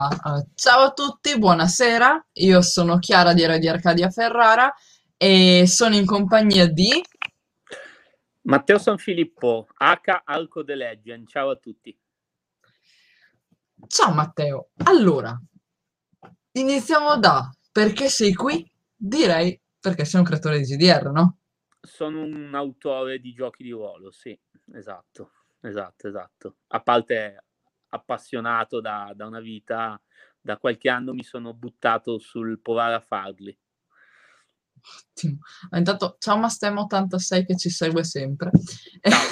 Ciao a tutti, buonasera. Io sono Chiara di Radio Arcadia Ferrara e sono in compagnia di... Matteo Sanfilippo, H. Arco The Legend, ciao a tutti. Ciao Matteo. Allora, iniziamo da perché sei qui? Direi perché sei un creatore di GDR, no? Sono un autore di giochi di ruolo, sì, esatto. A parte appassionato da una vita, da qualche anno mi sono buttato sul provare a farli. Ottimo. Intanto, ciao Mastem86 che ci segue sempre. Ciao.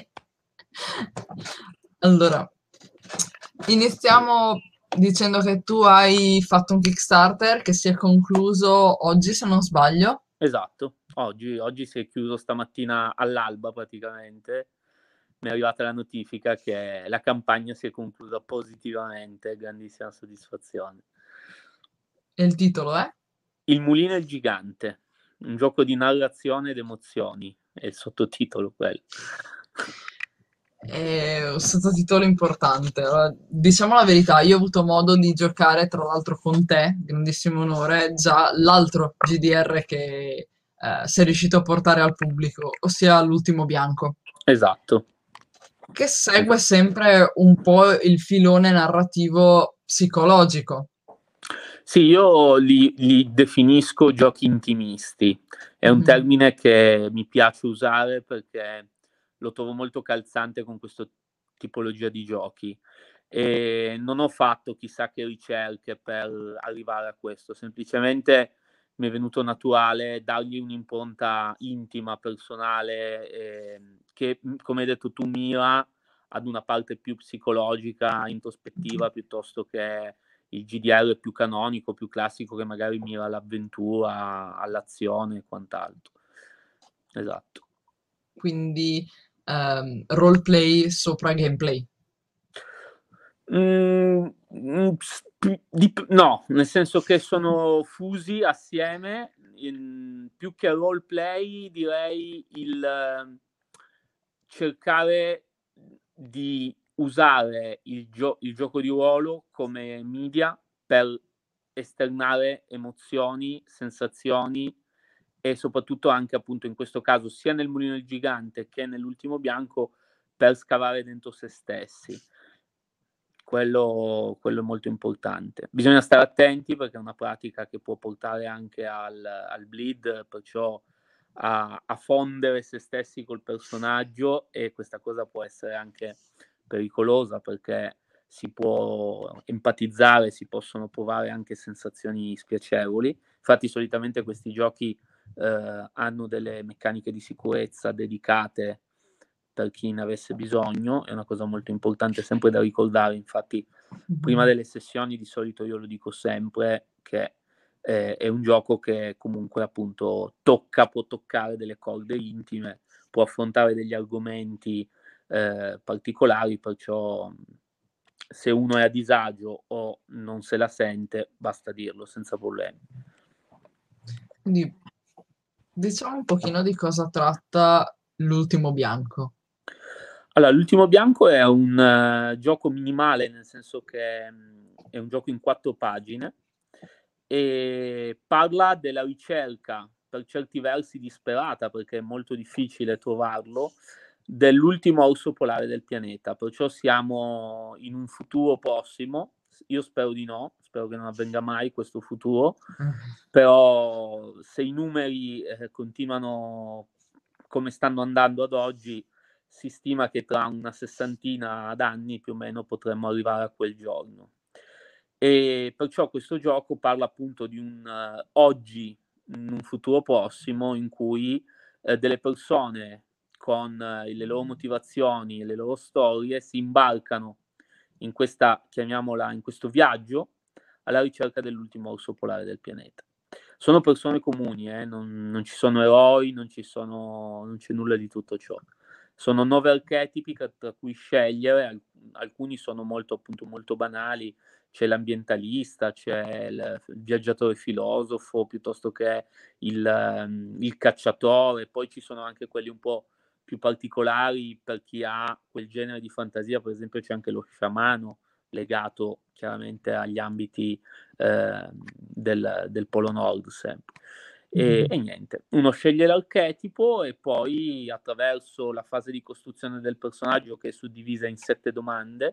Allora, iniziamo dicendo che tu hai fatto un Kickstarter che si è concluso oggi, se non sbaglio. Esatto, oggi si è chiuso stamattina all'alba praticamente, mi è arrivata la notifica che la campagna si è conclusa positivamente, grandissima soddisfazione. E il titolo è? Il mulino e il gigante, un gioco di narrazione ed emozioni, è il sottotitolo quello. È un sottotitolo importante. Allora, diciamo la verità, io ho avuto modo di giocare, tra l'altro con te, grandissimo onore, già l'altro GDR che sei riuscito a portare al pubblico, ossia l'ultimo bianco, Esatto. che segue sempre un po' il filone narrativo psicologico. Sì, io li definisco giochi intimisti. È un Mhm. termine che mi piace usare perché lo trovo molto calzante con questa tipologia di giochi. E non ho fatto chissà che ricerche per arrivare a questo, semplicemente mi è venuto naturale dargli un'impronta intima, personale, che, come hai detto tu, mira ad una parte più psicologica, introspettiva, piuttosto che il GDR più canonico, più classico, che magari mira all'avventura, all'azione e quant'altro. Esatto. Quindi roleplay sopra gameplay. No, nel senso che sono fusi assieme, più che roleplay direi il cercare di usare il gioco di ruolo come media per esternare emozioni, sensazioni e soprattutto anche appunto in questo caso sia nel Mulino del Gigante che nell'Ultimo Bianco per scavare dentro se stessi. Quello è molto importante. Bisogna stare attenti perché è una pratica che può portare anche al bleed, perciò a fondere se stessi col personaggio, e questa cosa può essere anche pericolosa perché si può empatizzare, si possono provare anche sensazioni spiacevoli. Infatti solitamente questi giochi hanno delle meccaniche di sicurezza dedicate per chi ne avesse bisogno, è una cosa molto importante sempre da ricordare. Infatti prima delle sessioni di solito io lo dico sempre che è un gioco che comunque appunto può toccare delle corde intime, può affrontare degli argomenti particolari, perciò se uno è a disagio o non se la sente basta dirlo senza problemi. Quindi diciamo un pochino di cosa tratta l'ultimo bianco. Allora, l'Ultimo Bianco è un gioco minimale, nel senso che è un gioco in 4 pagine e parla della ricerca, per certi versi disperata, perché è molto difficile trovarlo, dell'ultimo orso polare del pianeta. Perciò siamo in un futuro prossimo, io spero di no, spero che non avvenga mai questo futuro, però se i numeri continuano come stanno andando ad oggi, si stima che tra una sessantina d'anni più o meno potremmo arrivare a quel giorno. E perciò questo gioco parla appunto di un oggi, in un futuro prossimo, in cui delle persone con le loro motivazioni e le loro storie si imbarcano in questa, chiamiamola, in questo viaggio alla ricerca dell'ultimo orso polare del pianeta. Sono persone comuni, non ci sono eroi, non c'è nulla di tutto ciò. Sono 9 archetipi tra cui scegliere, alcuni sono molto, appunto, molto banali, c'è l'ambientalista, c'è il viaggiatore filosofo, piuttosto che il cacciatore, poi ci sono anche quelli un po' più particolari per chi ha quel genere di fantasia, per esempio c'è anche lo sciamano, legato chiaramente agli ambiti del Polo Nord sempre. E niente, uno sceglie l'archetipo e poi attraverso la fase di costruzione del personaggio, che è suddivisa in 7 domande,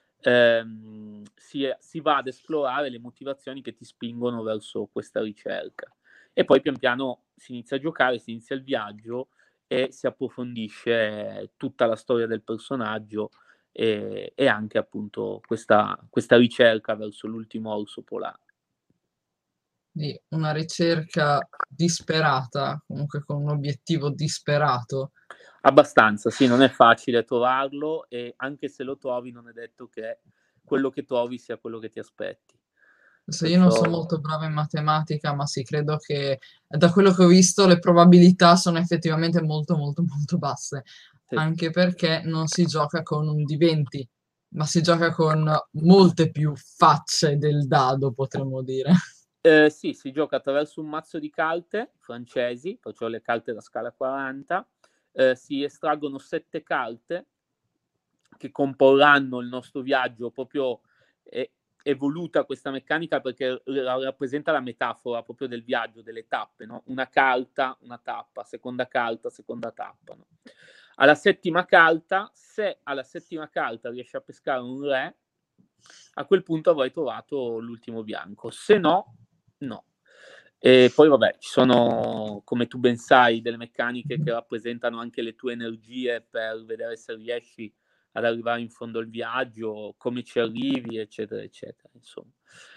si va ad esplorare le motivazioni che ti spingono verso questa ricerca. E poi pian piano si inizia a giocare, si inizia il viaggio e si approfondisce tutta la storia del personaggio e anche appunto questa ricerca verso l'ultimo orso polare. Di una ricerca disperata, comunque con un obiettivo disperato. Abbastanza, sì, non è facile trovarlo e anche se lo trovi non è detto che quello che trovi sia quello che ti aspetti. Adesso io non sono Perciò molto brava in matematica, ma sì, credo che da quello che ho visto le probabilità sono effettivamente molto molto molto basse, sì. anche perché non si gioca con un D20, ma si gioca con molte più facce del dado, potremmo dire. Sì, si gioca attraverso un mazzo di carte francesi, perciò le carte da scala 40, si estraggono 7 carte che comporranno il nostro viaggio. Proprio è voluta questa meccanica perché rappresenta la metafora proprio del viaggio, delle tappe, no? Una carta, una tappa, seconda tappa, no? Alla settima carta, se alla settima carta riesci a pescare un re, a quel punto avrai trovato l'ultimo bianco, se no, no. E poi vabbè, ci sono, come tu ben sai, delle meccaniche che rappresentano anche le tue energie per vedere se riesci ad arrivare in fondo al viaggio, come ci arrivi, eccetera, eccetera. Insomma.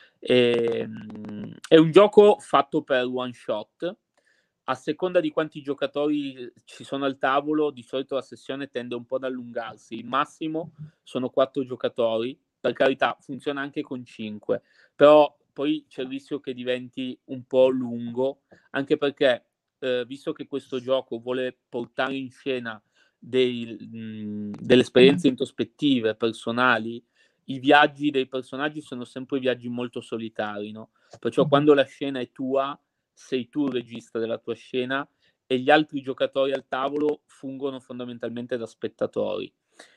È un gioco fatto per one shot. A seconda di quanti giocatori ci sono al tavolo, di solito la sessione tende un po' ad allungarsi. Il massimo sono 4 giocatori. Per carità, funziona anche con 5, però poi c'è il rischio che diventi un po' lungo, anche perché visto che questo gioco vuole portare in scena delle esperienze introspettive, personali, i viaggi dei personaggi sono sempre viaggi molto solitari, no? Perciò quando la scena è tua, sei tu il regista della tua scena e gli altri giocatori al tavolo fungono fondamentalmente da spettatori.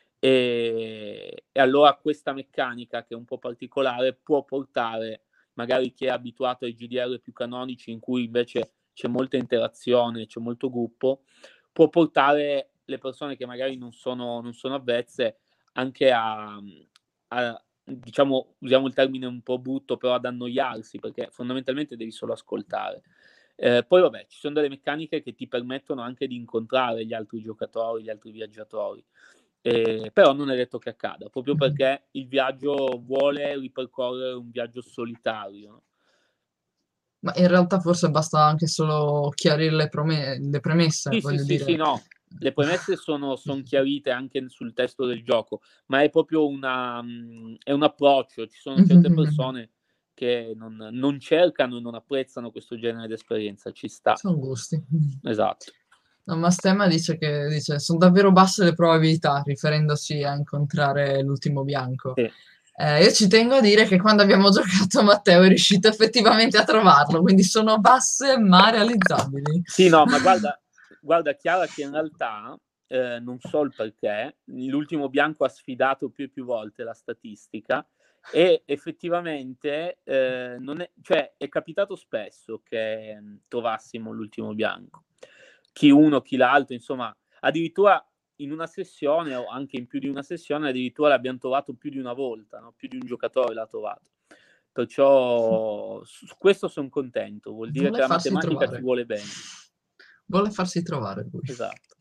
E allora questa meccanica, che è un po' particolare, può portare magari chi è abituato ai GDR più canonici, in cui invece c'è molta interazione, c'è molto gruppo, può portare le persone che magari non sono avvezze anche a diciamo, usiamo il termine un po' brutto, però ad annoiarsi, perché fondamentalmente devi solo ascoltare. Poi vabbè, ci sono delle meccaniche che ti permettono anche di incontrare gli altri giocatori, gli altri viaggiatori. Però non è detto che accada, proprio perché il viaggio vuole ripercorrere un viaggio solitario, no? Ma in realtà forse basta anche solo chiarire le premesse, Sì, sì, voglio sì, sì, dire. no. Le premesse sono chiarite anche sul testo del gioco, ma è proprio è un approccio. Ci sono certe persone che non cercano e non apprezzano questo genere di esperienza, ci sta. Sono gusti. Esatto. No, ma Stemma dice che sono davvero basse le probabilità, riferendosi a incontrare l'ultimo bianco. Sì. Io ci tengo a dire che quando abbiamo giocato Matteo è riuscito effettivamente a trovarlo, quindi sono basse ma realizzabili. Sì, no, ma guarda Chiara, che in realtà non so il perché, l'ultimo bianco ha sfidato più e più volte la statistica e effettivamente cioè, è capitato spesso che trovassimo l'ultimo bianco. Chi uno, chi l'altro, insomma, addirittura in una sessione o anche in più di una sessione, addirittura l'abbiamo trovato più di una volta, no? Più di un giocatore l'ha trovato. Perciò su questo sono contento, vuol dire che Vuole la farsi matematica ci trovare. vuole bene. Vuole farsi trovare lui. Esatto.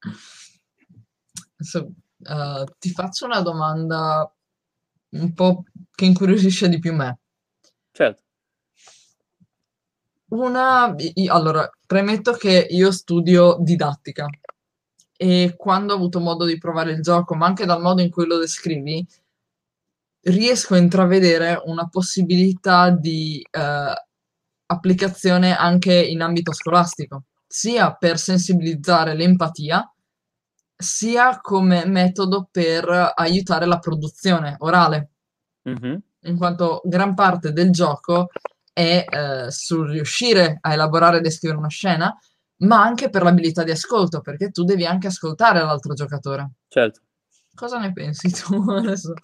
Adesso, ti faccio una domanda un po' che incuriosisce di più me. Certo. Allora, premetto che io studio didattica e quando ho avuto modo di provare il gioco, ma anche dal modo in cui lo descrivi, riesco a intravedere una possibilità di applicazione anche in ambito scolastico, sia per sensibilizzare l'empatia, sia come metodo per aiutare la produzione orale, Mhm. in quanto gran parte del gioco è sul riuscire a elaborare e descrivere una scena, ma anche per l'abilità di ascolto, perché tu devi anche ascoltare l'altro giocatore. Certo. Cosa ne pensi tu adesso?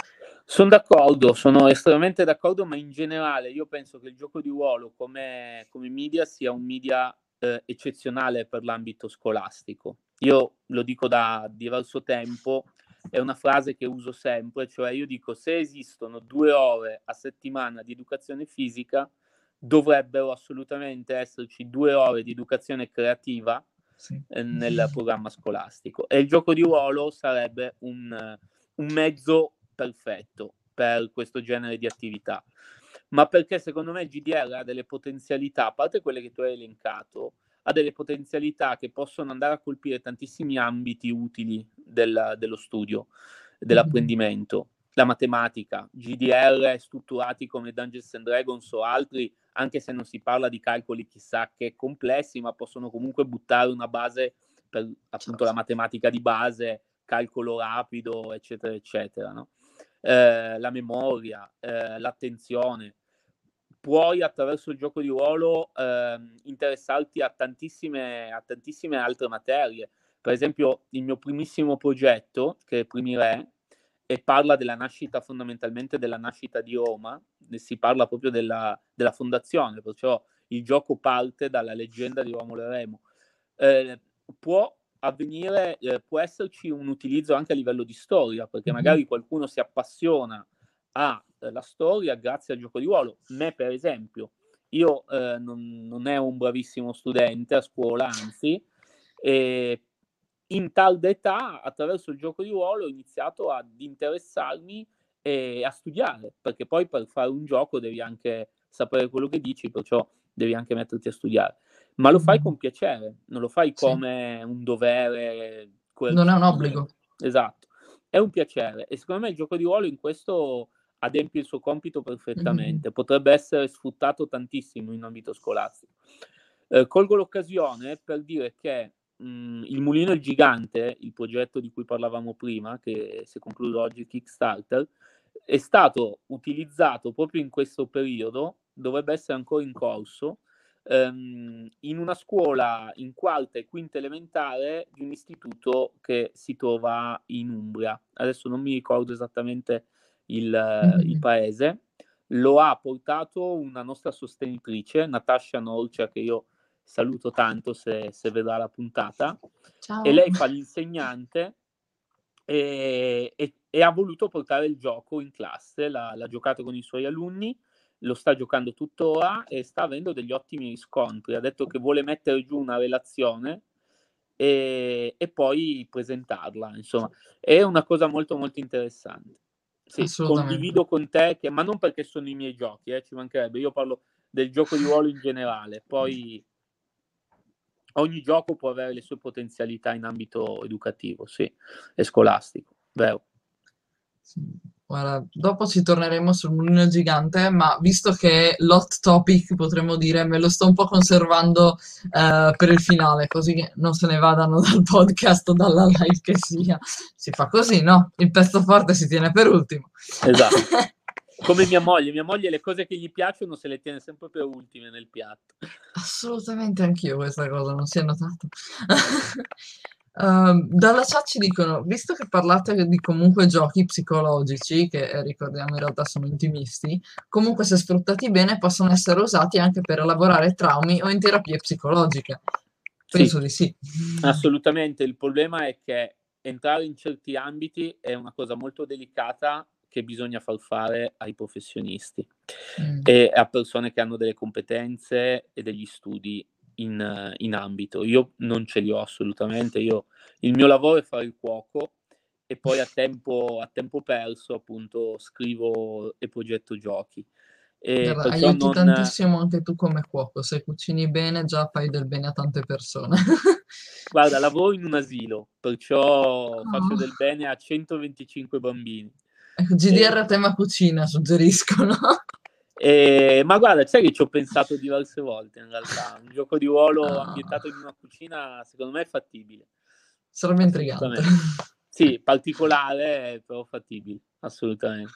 Sono d'accordo, sono estremamente d'accordo, ma in generale io penso che il gioco di ruolo come media sia un media eccezionale per l'ambito scolastico. Io lo dico da diverso tempo, è una frase che uso sempre, cioè io dico se esistono 2 ore a settimana di educazione fisica, dovrebbero assolutamente esserci 2 ore di educazione creativa Sì. nel programma scolastico. E il gioco di ruolo sarebbe un mezzo perfetto per questo genere di attività. Ma perché secondo me il GDR ha delle potenzialità, a parte quelle che tu hai elencato, ha delle potenzialità che possono andare a colpire tantissimi ambiti utili dello studio, dell'apprendimento. La matematica, GDR strutturati come Dungeons and Dragons o altri, anche se non si parla di calcoli chissà che complessi, ma possono comunque buttare una base per appunto la matematica di base, calcolo rapido, eccetera, eccetera, no? La memoria, l'attenzione. Puoi attraverso il gioco di ruolo interessarti a tantissime altre materie. Per esempio, il mio primissimo progetto, che è Primi Re, e parla della nascita, fondamentalmente della nascita di Roma, si parla proprio della fondazione, perciò il gioco parte dalla leggenda di Romolo e Remo. Può avvenire, può esserci un utilizzo anche a livello di storia, perché magari qualcuno si appassiona alla storia grazie al gioco di ruolo. Me, per esempio, io non ero un bravissimo studente a scuola, anzi, e in tarda età, attraverso il gioco di ruolo, ho iniziato ad interessarmi e a studiare, perché poi per fare un gioco devi anche sapere quello che dici, perciò devi anche metterti a studiare. Ma lo fai con piacere, non lo fai Sì. come un dovere Non è un coercitivo. obbligo. Esatto, è un piacere e secondo me il gioco di ruolo in questo adempie il suo compito perfettamente, potrebbe essere sfruttato tantissimo in ambito scolastico. Colgo l'occasione per dire che il Mulino il Gigante, il progetto di cui parlavamo prima, che si è concluso oggi il Kickstarter, è stato utilizzato proprio in questo periodo, dovrebbe essere ancora in corso, in una scuola in quarta e quinta elementare di un istituto che si trova in Umbria. Adesso non mi ricordo esattamente il paese. Lo ha portato una nostra sostenitrice, Natascia Norcia, che io saluto tanto se vedrà la puntata. Ciao. E lei fa l'insegnante e ha voluto portare il gioco in classe, l'ha giocato con i suoi alunni, lo sta giocando tuttora e sta avendo degli ottimi riscontri. Ha detto che vuole mettere giù una relazione e poi presentarla. Insomma, è una cosa molto molto interessante. Sì, Assolutamente. condivido con te, ma non perché sono i miei giochi, ci mancherebbe, io parlo del gioco di ruolo in generale, poi ogni gioco può avere le sue potenzialità in ambito educativo, sì, e scolastico, vero. Guarda, dopo ci torneremo sul mulino gigante, ma visto che l'hot topic, potremmo dire, me lo sto un po' conservando per il finale, così che non se ne vadano dal podcast o dalla live che sia. Si fa così, no? Il pezzo forte si tiene per ultimo. Esatto. Come mia moglie le cose che gli piacciono se le tiene sempre per ultime nel piatto. Assolutamente anch'io questa cosa, non si è notato. Dalla chat ci dicono, visto che parlate di comunque giochi psicologici, che ricordiamo in realtà sono intimisti, comunque se sfruttati bene possono essere usati anche per elaborare traumi o in terapie psicologiche. Penso di sì. Assolutamente, il problema è che entrare in certi ambiti è una cosa molto delicata che bisogna far fare ai professionisti e a persone che hanno delle competenze e degli studi in ambito. Io non ce li ho assolutamente, il mio lavoro è fare il cuoco e poi a tempo perso appunto scrivo e progetto giochi. E Guarda, perciò aiuti non, tantissimo anche tu come cuoco, se cucini bene già fai del bene a tante persone. guarda, lavoro in un asilo, perciò faccio Oh. del bene a 125 bambini. Ecco, GDR a tema cucina, suggeriscono. Ma guarda, sai che ci ho pensato diverse volte in realtà. Un gioco di ruolo Ah, ambientato in una cucina, secondo me è fattibile. sarebbe intrigante. Assolutamente. Sì, particolare, però fattibile, assolutamente.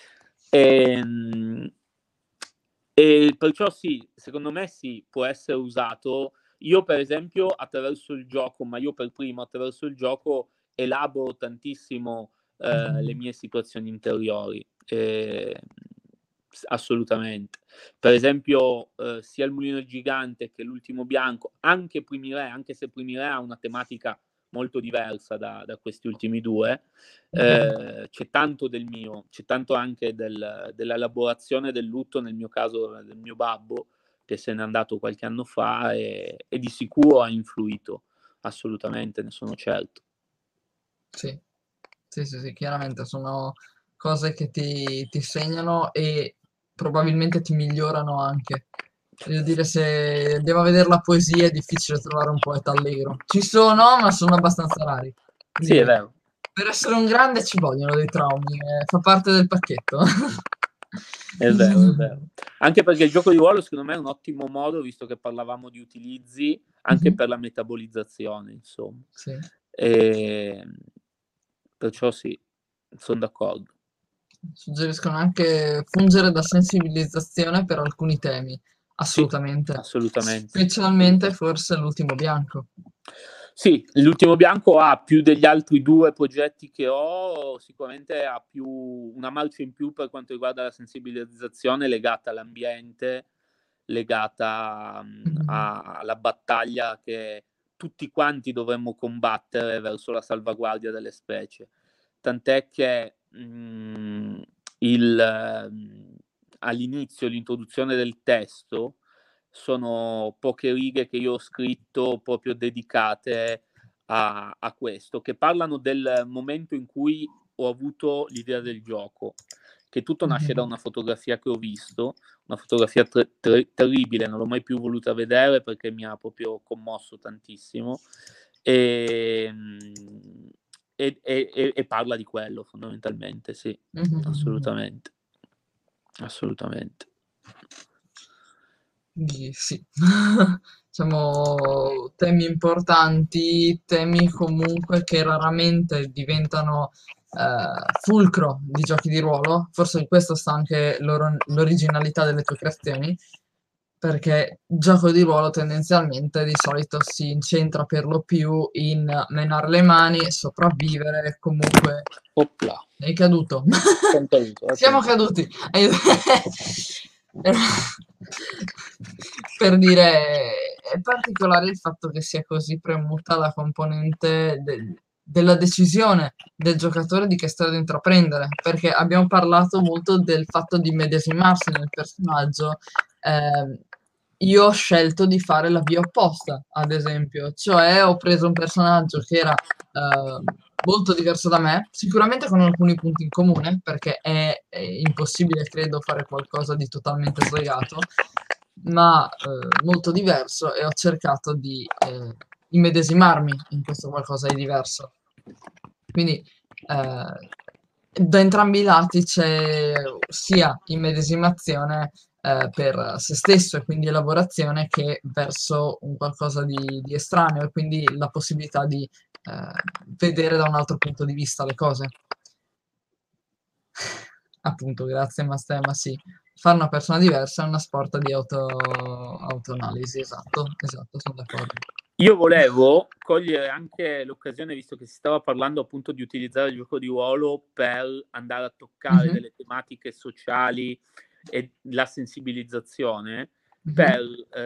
E, e perciò sì, secondo me sì, può essere usato. Io per esempio attraverso il gioco, ma io per primo attraverso il gioco elaboro tantissimo le mie situazioni interiori. Assolutamente. Per esempio, sia il Mulino del Gigante che l'Ultimo Bianco, anche Primi Re, anche se Primi Re ha una tematica molto diversa da questi ultimi due, c'è tanto del mio, c'è tanto anche dell'elaborazione del lutto, nel mio caso del mio babbo, che se n'è andato qualche anno fa e di sicuro ha influito, assolutamente, ne sono certo. Sì, sì, sì, sì, chiaramente sono cose che ti segnano e probabilmente ti migliorano anche. Voglio dire, se andiamo a vedere la poesia è difficile trovare un poeta allegro. Ci sono, ma sono abbastanza rari. Sì, è Quindi vero. per essere un grande ci vogliono dei traumi, fa parte del pacchetto. È vero, è vero. Anche perché il gioco di ruolo secondo me è un ottimo modo, visto che parlavamo di utilizzi, anche Mhm, per la metabolizzazione, insomma. sì. E perciò sì, sono d'accordo. Suggeriscono anche fungere da sensibilizzazione per alcuni temi, Sì, assolutamente. assolutamente, Specialmente assolutamente. forse l'ultimo bianco. Sì, l'Ultimo Bianco ha più degli altri due progetti che ho, sicuramente ha più una marcia in più per quanto riguarda la sensibilizzazione legata all'ambiente, legata Mhm. alla battaglia che tutti quanti dovremmo combattere verso la salvaguardia delle specie. Tant'è che all'inizio, l'introduzione del testo, sono poche righe che io ho scritto proprio dedicate a questo, che parlano del momento in cui ho avuto l'idea del gioco, che tutto nasce da Mhm. una fotografia che ho visto, una fotografia terribile, non l'ho mai più voluta vedere perché mi ha proprio commosso tantissimo e, e parla di quello fondamentalmente, sì, Mhm. assolutamente, assolutamente. Quindi sì, diciamo temi importanti, temi comunque che raramente diventano fulcro di giochi di ruolo. Forse in questo sta anche l'originalità delle tue creazioni, perché il gioco di ruolo tendenzialmente di solito si incentra per lo più in menare le mani, sopravvivere, comunque Opla, è caduto. sono caduto, Siamo attento. caduti. Per dire, è particolare il fatto che sia così premuta la componente della decisione del giocatore di che strada intraprendere, perché abbiamo parlato molto del fatto di medesimarsi nel personaggio. Io ho scelto di fare la via opposta, ad esempio, cioè ho preso un personaggio che era molto diverso da me, sicuramente con alcuni punti in comune, perché è impossibile, credo, fare qualcosa di totalmente slegato, ma molto diverso e ho cercato di immedesimarmi in questo qualcosa di diverso. Quindi da entrambi i lati c'è sia immedesimazione per se stesso e quindi elaborazione che verso un qualcosa di estraneo e quindi la possibilità di vedere da un altro punto di vista le cose. Appunto, grazie Mastema, sì. Fare una persona diversa è una sorta di autoanalisi, esatto, esatto, sono d'accordo. Io volevo cogliere anche l'occasione, visto che si stava parlando appunto di utilizzare il gioco di ruolo per andare a toccare Mhm, delle tematiche sociali e la sensibilizzazione, mhm. per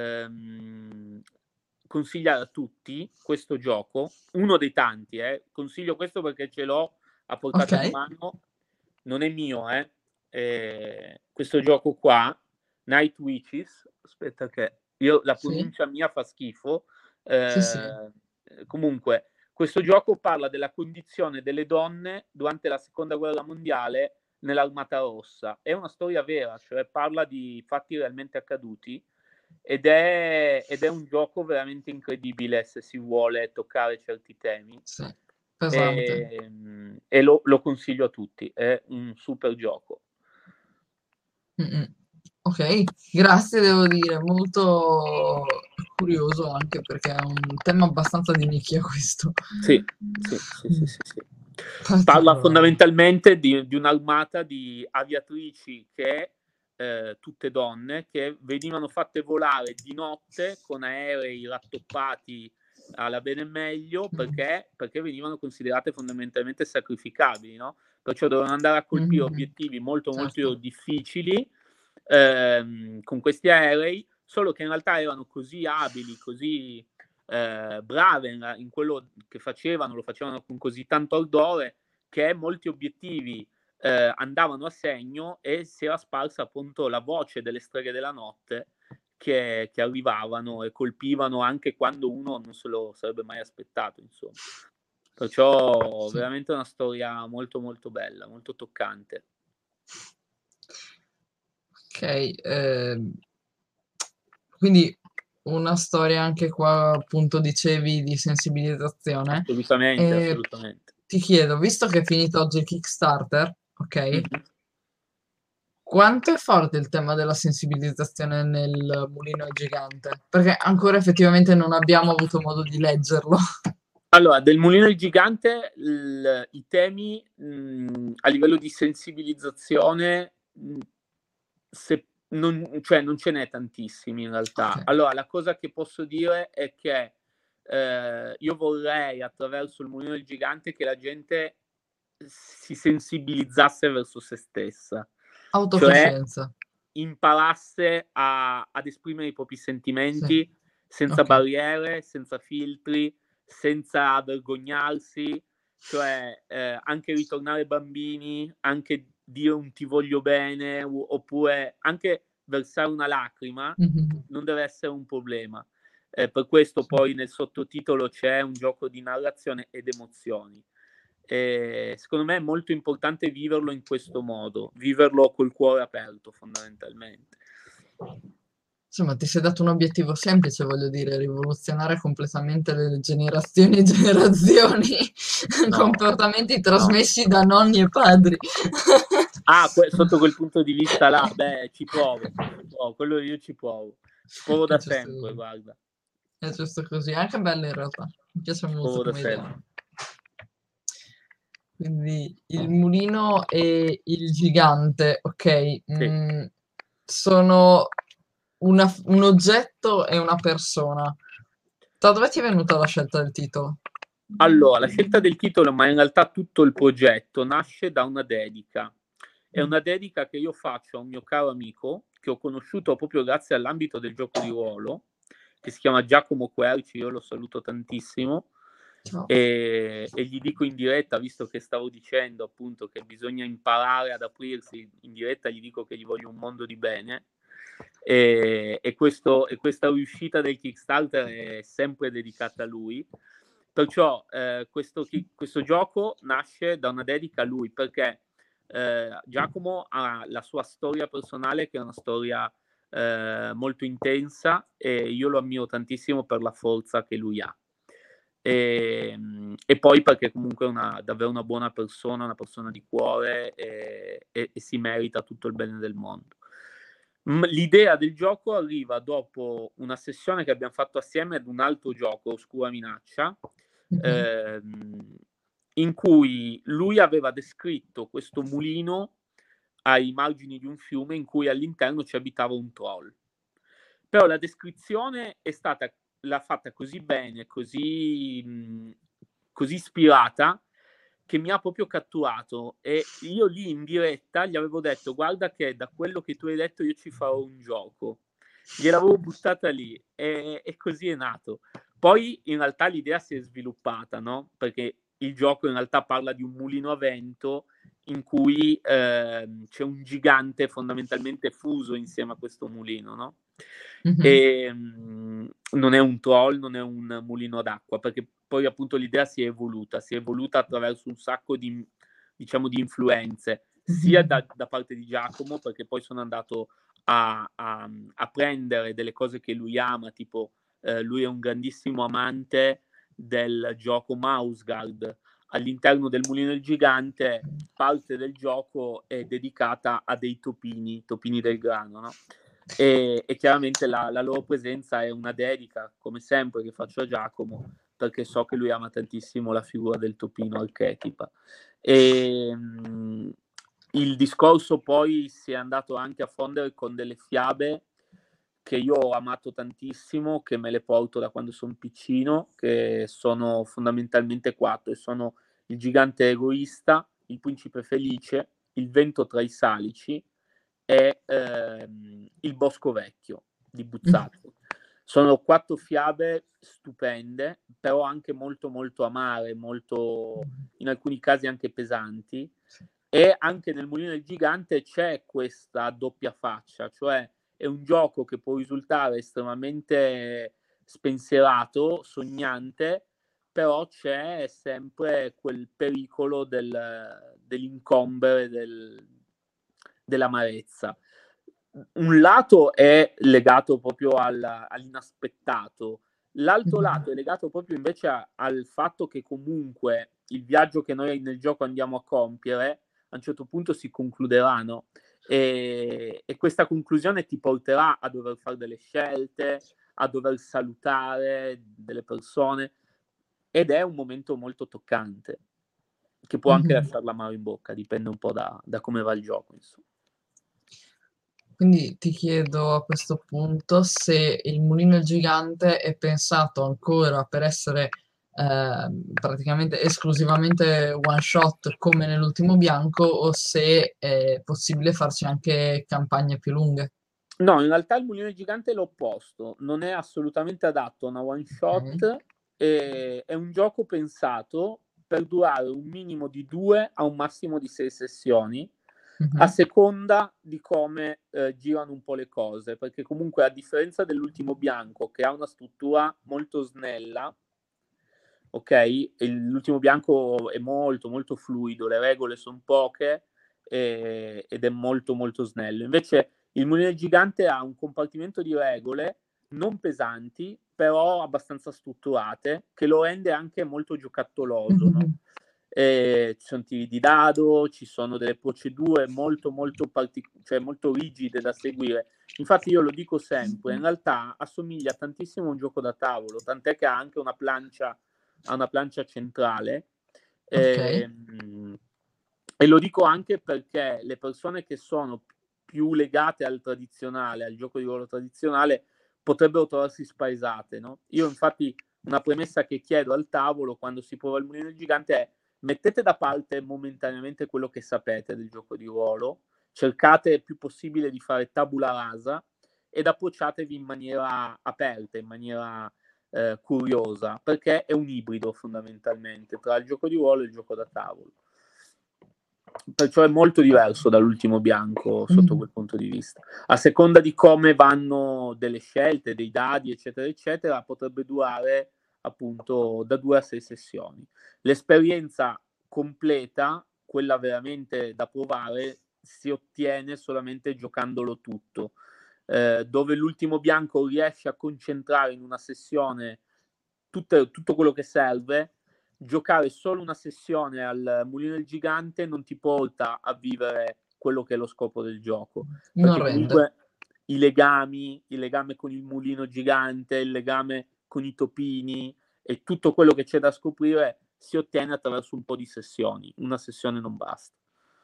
consigliare a tutti questo gioco, uno dei tanti, consiglio questo perché ce l'ho a Ok, portata di mano, non è mio, questo gioco qua, Night Witches, aspetta che io, la sì, pronuncia mia fa schifo, sì, sì, comunque questo gioco parla della condizione delle donne durante la seconda guerra mondiale nell'Armata Rossa. È una storia vera, cioè parla di fatti realmente accaduti ed è un gioco veramente incredibile se si vuole toccare certi temi sì, pesante. e lo consiglio a tutti, è un super gioco. Mm-mm. Ok, grazie, devo dire, molto curioso anche perché è un tema abbastanza di nicchia questo. Sì, sì, sì, sì, Mm. sì, sì. Parla Particolare. fondamentalmente di un'armata di aviatrici che, tutte donne, che venivano fatte volare di notte con aerei rattoppati alla bene e meglio, perché venivano considerate fondamentalmente sacrificabili, no? Perciò dovevano andare a colpire obiettivi molto molto difficili con questi aerei, solo che in realtà erano così abili, così brave in quello che facevano, lo facevano con così tanto ardore, che molti obiettivi andavano a segno e si era sparsa appunto la voce delle streghe della notte che arrivavano e colpivano anche quando uno non se lo sarebbe mai aspettato, insomma. Perciò veramente una storia molto molto bella, molto toccante. Ok, quindi una storia anche qua, appunto, dicevi di sensibilizzazione. Assolutamente, assolutamente. Ti chiedo, visto che è finito oggi il Kickstarter, ok? Mm-hmm. Quanto è forte il tema della sensibilizzazione nel Mulino Gigante? Perché ancora effettivamente non abbiamo avuto modo di leggerlo. Allora, del Mulino il Gigante, i temi a livello di sensibilizzazione, cioè non ce n'è tantissimi in realtà. Okay. Allora, la cosa che posso dire è che io vorrei attraverso il Mulino del Gigante che la gente si sensibilizzasse verso se stessa, cioè Autocoscienza. imparasse ad esprimere i propri sentimenti senza Ok. barriere, senza filtri, senza vergognarsi, cioè anche ritornare bambini, anche dire un ti voglio bene, oppure anche versare una lacrima, Mhm. non deve essere un problema. Per questo poi nel sottotitolo c'è un gioco di narrazione ed emozioni. Secondo me è molto importante viverlo in questo modo, viverlo col cuore aperto fondamentalmente. Insomma, ti sei dato un obiettivo semplice, voglio dire, rivoluzionare completamente le generazioni e generazioni, No, comportamenti no. trasmessi da nonni e padri. Sotto quel punto di vista là, beh, ci provo, quello io ci provo È da giusto sempre, così. guarda, È giusto così, è anche bello in realtà. Mi piace ci molto provo da come idea. sempre. Quindi il mulino e il gigante, ok, Sì. sono un oggetto e una persona. Da dove ti è venuta la scelta del titolo? Allora, la scelta del titolo, ma in realtà tutto il progetto nasce da una dedica. È una dedica che io faccio a un mio caro amico che ho conosciuto proprio grazie all'ambito del gioco di ruolo, che si chiama Giacomo Querci, io lo saluto tantissimo. Ciao. E gli dico in diretta, visto che stavo dicendo appunto che bisogna imparare ad aprirsi, in diretta gli dico che gli voglio un mondo di bene. E questa riuscita del Kickstarter è sempre dedicata a lui. Perciò questo gioco nasce da una dedica a lui, perché Giacomo ha la sua storia personale, che è una storia molto intensa, e io lo ammiro tantissimo per la forza che lui ha. E poi perché comunque è davvero una buona persona, una persona di cuore, e si merita tutto il bene del mondo. L'idea del gioco arriva dopo una sessione che abbiamo fatto assieme ad un altro gioco, Oscura Minaccia, in cui lui aveva descritto questo mulino ai margini di un fiume in cui all'interno ci abitava un troll. Però la descrizione l'ha fatta così bene, così ispirata, che mi ha proprio catturato, e io lì in diretta gli avevo detto: guarda che da quello che tu hai detto io ci farò un gioco. Gliel'avevo buttata lì e così è nato. Poi in realtà l'idea si è sviluppata, no? Perché il gioco in realtà parla di un mulino a vento in cui c'è un gigante fondamentalmente fuso insieme a questo mulino, no? E non è un troll, non è un mulino d'acqua, perché poi appunto l'idea si è evoluta attraverso un sacco di, diciamo, di influenze, sia da parte di Giacomo, perché poi sono andato a prendere delle cose che lui ama, tipo lui è un grandissimo amante del gioco Mouseguard. All'interno del mulino del gigante parte del gioco è dedicata a dei topini del grano, no? E chiaramente la loro presenza è una dedica, come sempre, che faccio a Giacomo, perché so che lui ama tantissimo la figura del topino archetipa. Il discorso poi si è andato anche a fondere con delle fiabe che io ho amato tantissimo, che me le porto da quando sono piccino, che sono fondamentalmente 4, e sono il gigante egoista, il principe felice, il vento tra i salici e il bosco vecchio di Buzzati. Sono 4 fiabe stupende, però anche molto molto amare, molto, in alcuni casi anche pesanti, e anche nel Mulino del Gigante c'è questa doppia faccia, cioè è un gioco che può risultare estremamente spensierato, sognante, però c'è sempre quel pericolo dell'incombere, dell'amarezza. Un lato è legato proprio all'inaspettato, l'altro lato è legato proprio invece al fatto che comunque il viaggio che noi nel gioco andiamo a compiere a un certo punto si concluderà, no? E questa conclusione ti porterà a dover fare delle scelte, a dover salutare delle persone, ed è un momento molto toccante, che può anche lasciare l'amaro in bocca, dipende un po' da come va il gioco, insomma. Quindi ti chiedo a questo punto se il mulino gigante è pensato ancora per essere praticamente esclusivamente one shot come nell'ultimo bianco, o se è possibile farci anche campagne più lunghe. No, in realtà il mulino gigante è l'opposto, non è assolutamente adatto a una one shot, è un gioco pensato per durare un minimo di 2 a un massimo di 6 sessioni, a seconda di come girano un po' le cose, perché comunque a differenza dell'ultimo bianco, che ha una struttura molto snella, ok? L'ultimo bianco è molto molto fluido, le regole sono poche ed è molto molto snello. Invece il mulino gigante ha un compartimento di regole non pesanti, però abbastanza strutturate, che lo rende anche molto giocattoloso, no? Ci sono tiri di dado, ci sono delle procedure molto molto cioè molto rigide da seguire. Infatti io lo dico sempre, in realtà assomiglia tantissimo a un gioco da tavolo, tant'è che ha anche una plancia centrale. Ok. E lo dico anche perché le persone che sono più legate al tradizionale, al gioco di ruolo tradizionale, potrebbero trovarsi spaesate, no? Io infatti una premessa che chiedo al tavolo quando si prova il mulino gigante è: mettete da parte momentaneamente quello che sapete del gioco di ruolo, cercate il più possibile di fare tabula rasa ed approcciatevi in maniera aperta, in maniera curiosa, perché è un ibrido fondamentalmente tra il gioco di ruolo e il gioco da tavolo. Perciò è molto diverso dall'ultimo bianco sotto quel punto di vista. A seconda di come vanno delle scelte, dei dadi, eccetera, eccetera, potrebbe durare appunto da 2 a 6 sessioni. L'esperienza completa, quella veramente da provare, si ottiene solamente giocandolo tutto, dove l'ultimo bianco riesce a concentrare in una sessione tutto quello che serve. Giocare solo una sessione al mulino del gigante non ti porta a vivere quello che è lo scopo del gioco, Non perché rende. comunque il legame con il mulino gigante, il legame con i topini e tutto quello che c'è da scoprire si ottiene attraverso un po' di sessioni. Una sessione non basta.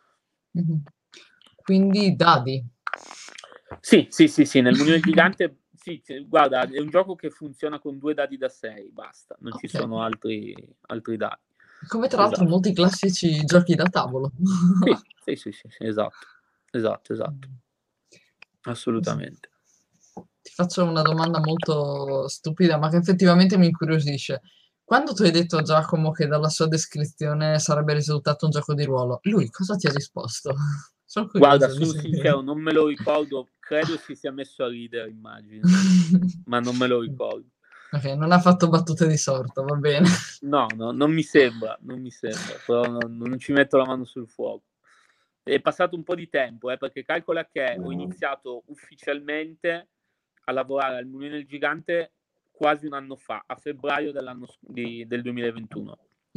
Quindi dadi. Sì, nel mulino del gigante sì, guarda, è un gioco che funziona con 2 dadi da 6, basta, non ci Ok. sono altri dadi. Come tra l'altro Esatto. molti classici giochi da tavolo. Sì, esatto. Assolutamente. Ti faccio una domanda molto stupida, ma che effettivamente mi incuriosisce. Quando tu hai detto a Giacomo che dalla sua descrizione sarebbe risultato un gioco di ruolo, lui cosa ti ha risposto? Sono Guarda, curioso di sono sentire. sincero, non me lo ricordo, credo si sia messo a ridere, immagino, ma non me lo ricordo. Ok, non ha fatto battute di sorta, va bene. No, non mi sembra, però non ci metto la mano sul fuoco. È passato un po' di tempo, perché calcola che ho iniziato ufficialmente a lavorare al Mulino del Gigante quasi un anno fa, a febbraio del 2021.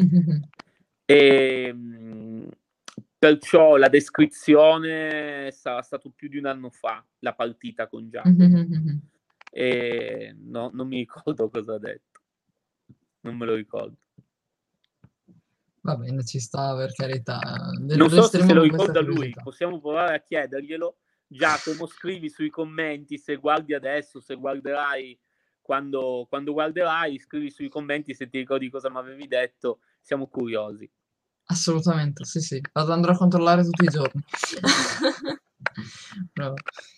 E perciò la descrizione sarà stato più di un anno fa, la partita con Giacomo. E no, non mi ricordo cosa ha detto, non me lo ricordo. Va bene, ci sta, per carità. Non so se Resteremo se lo con questa ricorda lui, curiosità. possiamo provare a chiederglielo, Giacomo, scrivi sui commenti, se guardi adesso, se guarderai quando guarderai, scrivi sui commenti se ti ricordi cosa mi avevi detto, siamo curiosi. Assolutamente, sì, sì. Andrò a controllare tutti i giorni. Bravo.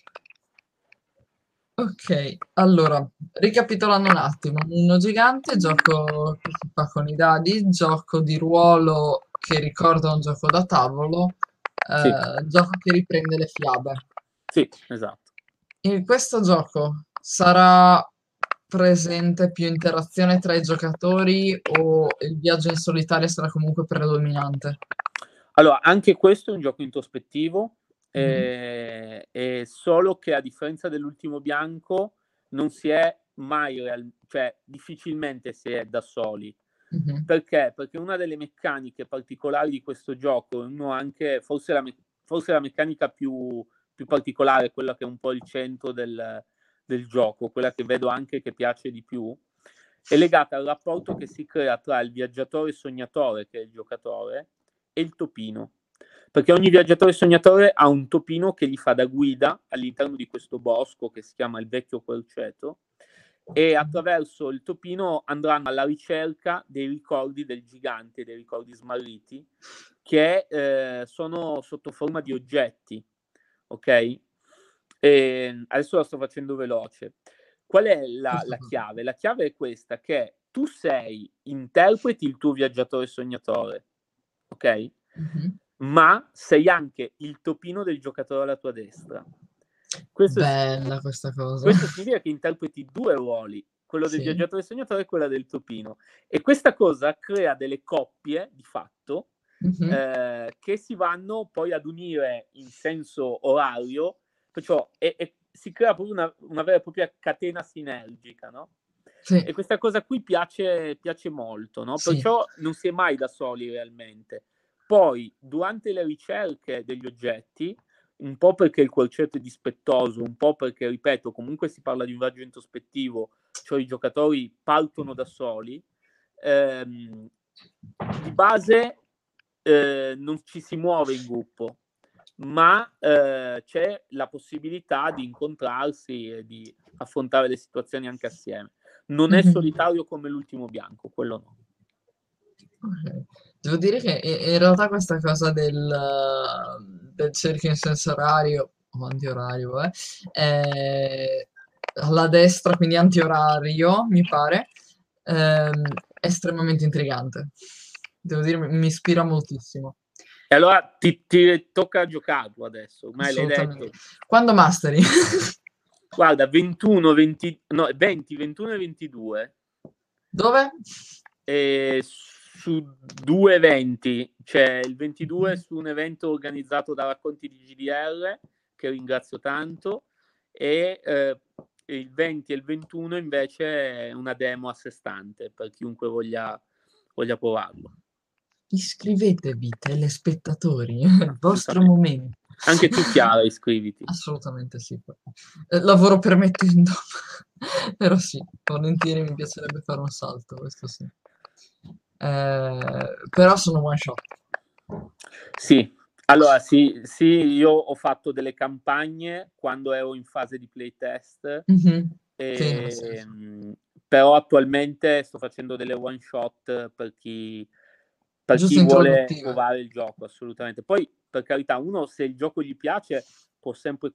Ok, allora, ricapitolando un attimo, Munno Gigante, gioco che si fa con i dadi, gioco di ruolo che ricorda un gioco da tavolo, Sì, gioco che riprende le fiabe. sì, esatto. In questo gioco sarà presente più interazione tra i giocatori o il viaggio in solitaria sarà comunque predominante? Allora, anche questo è un gioco introspettivo, Mhm, è solo che a differenza dell'ultimo bianco non si è mai cioè difficilmente si è da soli. mhm, Perché? Perché una delle meccaniche particolari di questo gioco, uno anche, forse la meccanica più particolare, quella che è un po' il centro del gioco, quella che vedo anche che piace di più, è legata al rapporto che si crea tra il viaggiatore sognatore, che è il giocatore, e il topino. Perché ogni viaggiatore sognatore ha un topino che gli fa da guida all'interno di questo bosco che si chiama il Vecchio Querceto, e attraverso il topino andranno alla ricerca dei ricordi del gigante, dei ricordi smarriti, che sono sotto forma di oggetti, ok? E adesso la sto facendo veloce. Qual è la chiave? La chiave è questa, che tu interpreti il tuo viaggiatore sognatore, ok? mhm. Ma sei anche il topino del giocatore alla tua destra. Questo, Bella questa cosa. questo significa che interpreti due ruoli, quello del Sì. viaggiatore sognatore e quello del topino. E questa cosa crea delle coppie, di fatto, Mhm. che si vanno poi ad unire in senso orario, perciò si crea proprio una vera e propria catena sinergica, no? Sì, E questa cosa qui piace molto, no? sì. Perciò non si è mai da soli realmente. Poi, durante le ricerche degli oggetti, un po' perché il querceto è dispettoso, un po' perché, ripeto, comunque si parla di un viaggio introspettivo, cioè i giocatori partono da soli, di base non ci si muove in gruppo, ma c'è la possibilità di incontrarsi e di affrontare le situazioni anche assieme. Non è Mhm. solitario come l'ultimo bianco, quello no. Ok. Devo dire che in realtà questa cosa del cerchio in senso orario, o antiorario, alla destra, quindi antiorario, mi pare, è estremamente intrigante. Devo dire, mi ispira moltissimo. E allora ti tocca giocarlo adesso, ormai l'hai Assolutamente. detto. Quando masteri? Guarda, 21, 20, no, 20, 21 e 22. Dove? Su due eventi, c'è il 22 Mhm. su un evento organizzato da Racconti di GDR, che ringrazio tanto, e il 20 e il 21 invece è una demo a sé stante per chiunque voglia provarlo. Iscrivetevi, telespettatori, è il vostro Assolutamente. momento. Anche tu, Chiara, iscriviti. Assolutamente sì. Lavoro permettendo, però sì, volentieri mi piacerebbe fare un salto, questo sì. Però sono one shot. Sì, allora sì, sì, io ho fatto delle campagne quando ero in fase di playtest, Mhm. Sì, ha senso. ehm, però attualmente sto facendo delle one shot per Giusto chi vuole introduttive. provare il gioco, assolutamente. Poi, per carità, uno se il gioco gli piace può sempre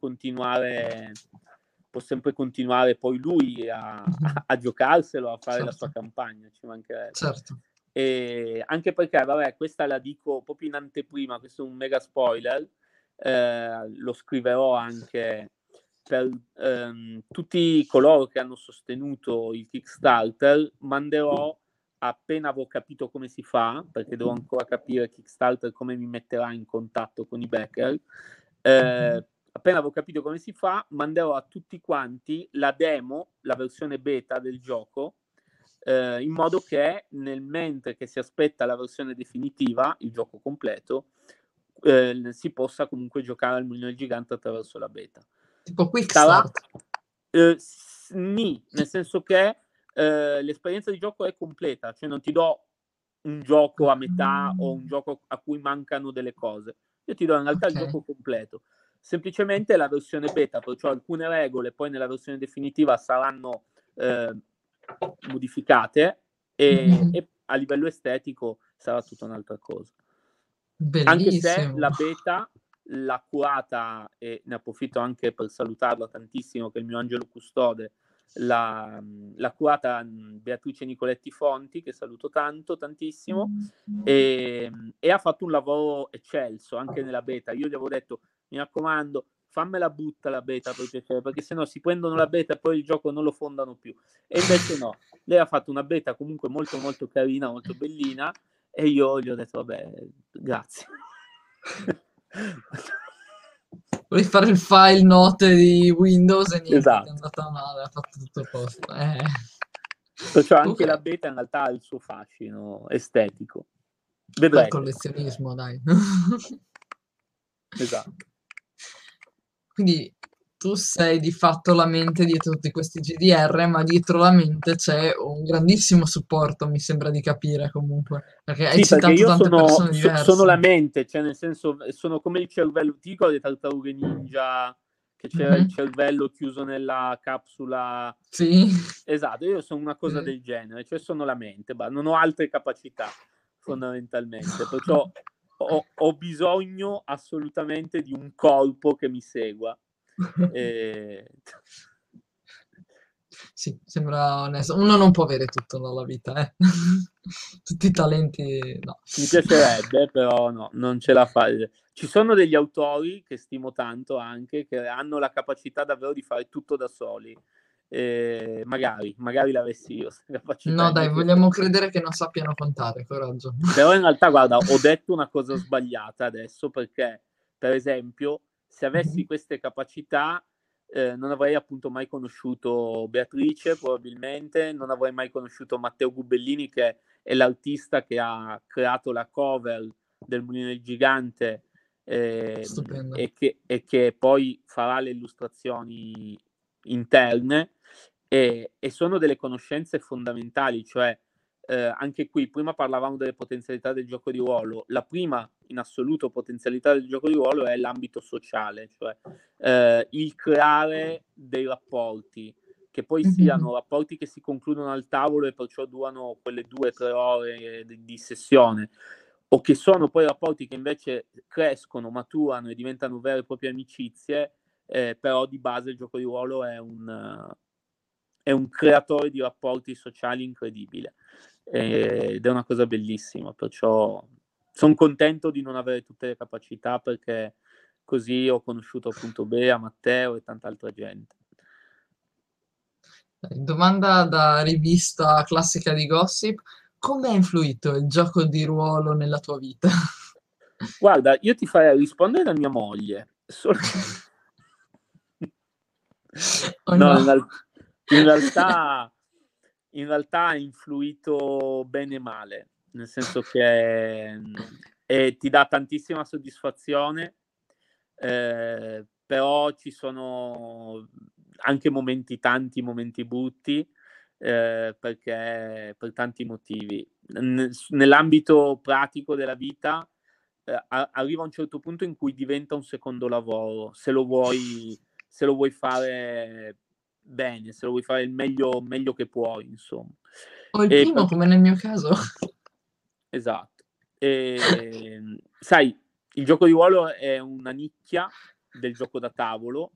continuare poi lui Mhm. a giocarselo, a fare la sua Certo, campagna, ci mancherebbe. certo. E anche perché, vabbè, questa la dico proprio in anteprima, questo è un mega spoiler, lo scriverò anche per tutti coloro che hanno sostenuto il Kickstarter, manderò appena avrò capito come si fa, perché devo ancora capire Kickstarter come mi metterà in contatto con i backer, Mhm. appena avrò capito come si fa, manderò a tutti quanti la demo, la versione beta del gioco, in modo che nel mentre che si aspetta la versione definitiva, il gioco completo, si possa comunque giocare al Mulino del Gigante attraverso la beta. Tipo quick Sarà start. nel senso che l'esperienza di gioco è completa, cioè non ti do un gioco a metà o un Ah, gioco a cui mancano delle cose. Io ti do in realtà il ok. gioco completo. semplicemente la versione beta, perciò alcune regole poi nella versione definitiva saranno modificate e a livello estetico sarà tutta un'altra cosa. Anche se Bellissimo. la beta l'ha curata, e ne approfitto anche per salutarla tantissimo, che è il mio angelo custode, l'ha curata Beatrice Nicoletti Fonti, che saluto tantissimo, e ha fatto un lavoro eccelso anche nella beta. Io gli avevo detto, mi raccomando, fammela butta la beta per piacere, perché sennò si prendono la beta e poi il gioco non lo fondano più. E invece no, lei ha fatto una beta comunque molto molto carina, molto bellina, e io gli ho detto, vabbè, grazie. Volevi fare il file note di Windows e niente, ti è Esatto. andata male, ha fatto tutto a posto. Perciò anche la Comunque, beta in realtà ha il suo fascino estetico. per Vedrete. collezionismo, dai. Esatto. Quindi tu sei di fatto la mente dietro tutti questi GDR, ma dietro la mente c'è un grandissimo supporto, mi sembra di capire comunque, perché hai Sì, perché citato io tante persone sono la diverse. mente, cioè nel senso sono come il cervello, ti ricordi le tartarughe ninja, che c'era il Mhm. cervello chiuso nella capsula? Sì. Esatto, io sono una cosa Sì. del genere, cioè sono la mente, non ho altre capacità fondamentalmente, perciò ho bisogno assolutamente di un corpo che mi segua. E... Sì, sembra onesto. Uno non può avere tutto nella vita, eh. Tutti i talenti, no. Mi piacerebbe, però no, non ce la fa. Ci sono degli autori che stimo tanto anche, che hanno la capacità davvero di fare tutto da soli. Magari l'avessi io, questa capacità, No, dai, invece. vogliamo credere che non sappiano contare, coraggio. Però in realtà, guarda, ho detto una cosa sbagliata adesso, perché, per esempio, se avessi queste capacità, non avrei appunto mai conosciuto Beatrice, probabilmente, non avrei mai conosciuto Matteo Gubellini, che è l'artista che ha creato la cover del Mulino del Gigante, Stupendo. e che poi farà le illustrazioni interne, e sono delle conoscenze fondamentali, cioè anche qui prima parlavamo delle potenzialità del gioco di ruolo. La prima in assoluto potenzialità del gioco di ruolo è l'ambito sociale, cioè il creare dei rapporti che poi siano rapporti che si concludono al tavolo e perciò durano quelle 2 o 3 ore di sessione, o che sono poi rapporti che invece crescono, maturano e diventano vere e proprie amicizie. Però di base il gioco di ruolo è un creatore di rapporti sociali incredibile, ed è una cosa bellissima, perciò sono contento di non avere tutte le capacità, perché così ho conosciuto appunto Bea, Matteo e tanta altra gente. Domanda da rivista classica di Gossip. Come ha influito il gioco di ruolo nella tua vita? Guarda, io ti farei rispondere da mia moglie. Oh No, no. in realtà, in realtà ha influito bene e male, nel senso che ti dà tantissima soddisfazione, però ci sono anche tanti momenti brutti, perché per tanti motivi. Nell'ambito pratico della vita, arriva a un certo punto in cui diventa un secondo lavoro, se lo vuoi fare bene, se lo vuoi fare il meglio che puoi, insomma. O il E primo, come nel mio caso. esatto. Sai, il gioco di ruolo è una nicchia del gioco da tavolo,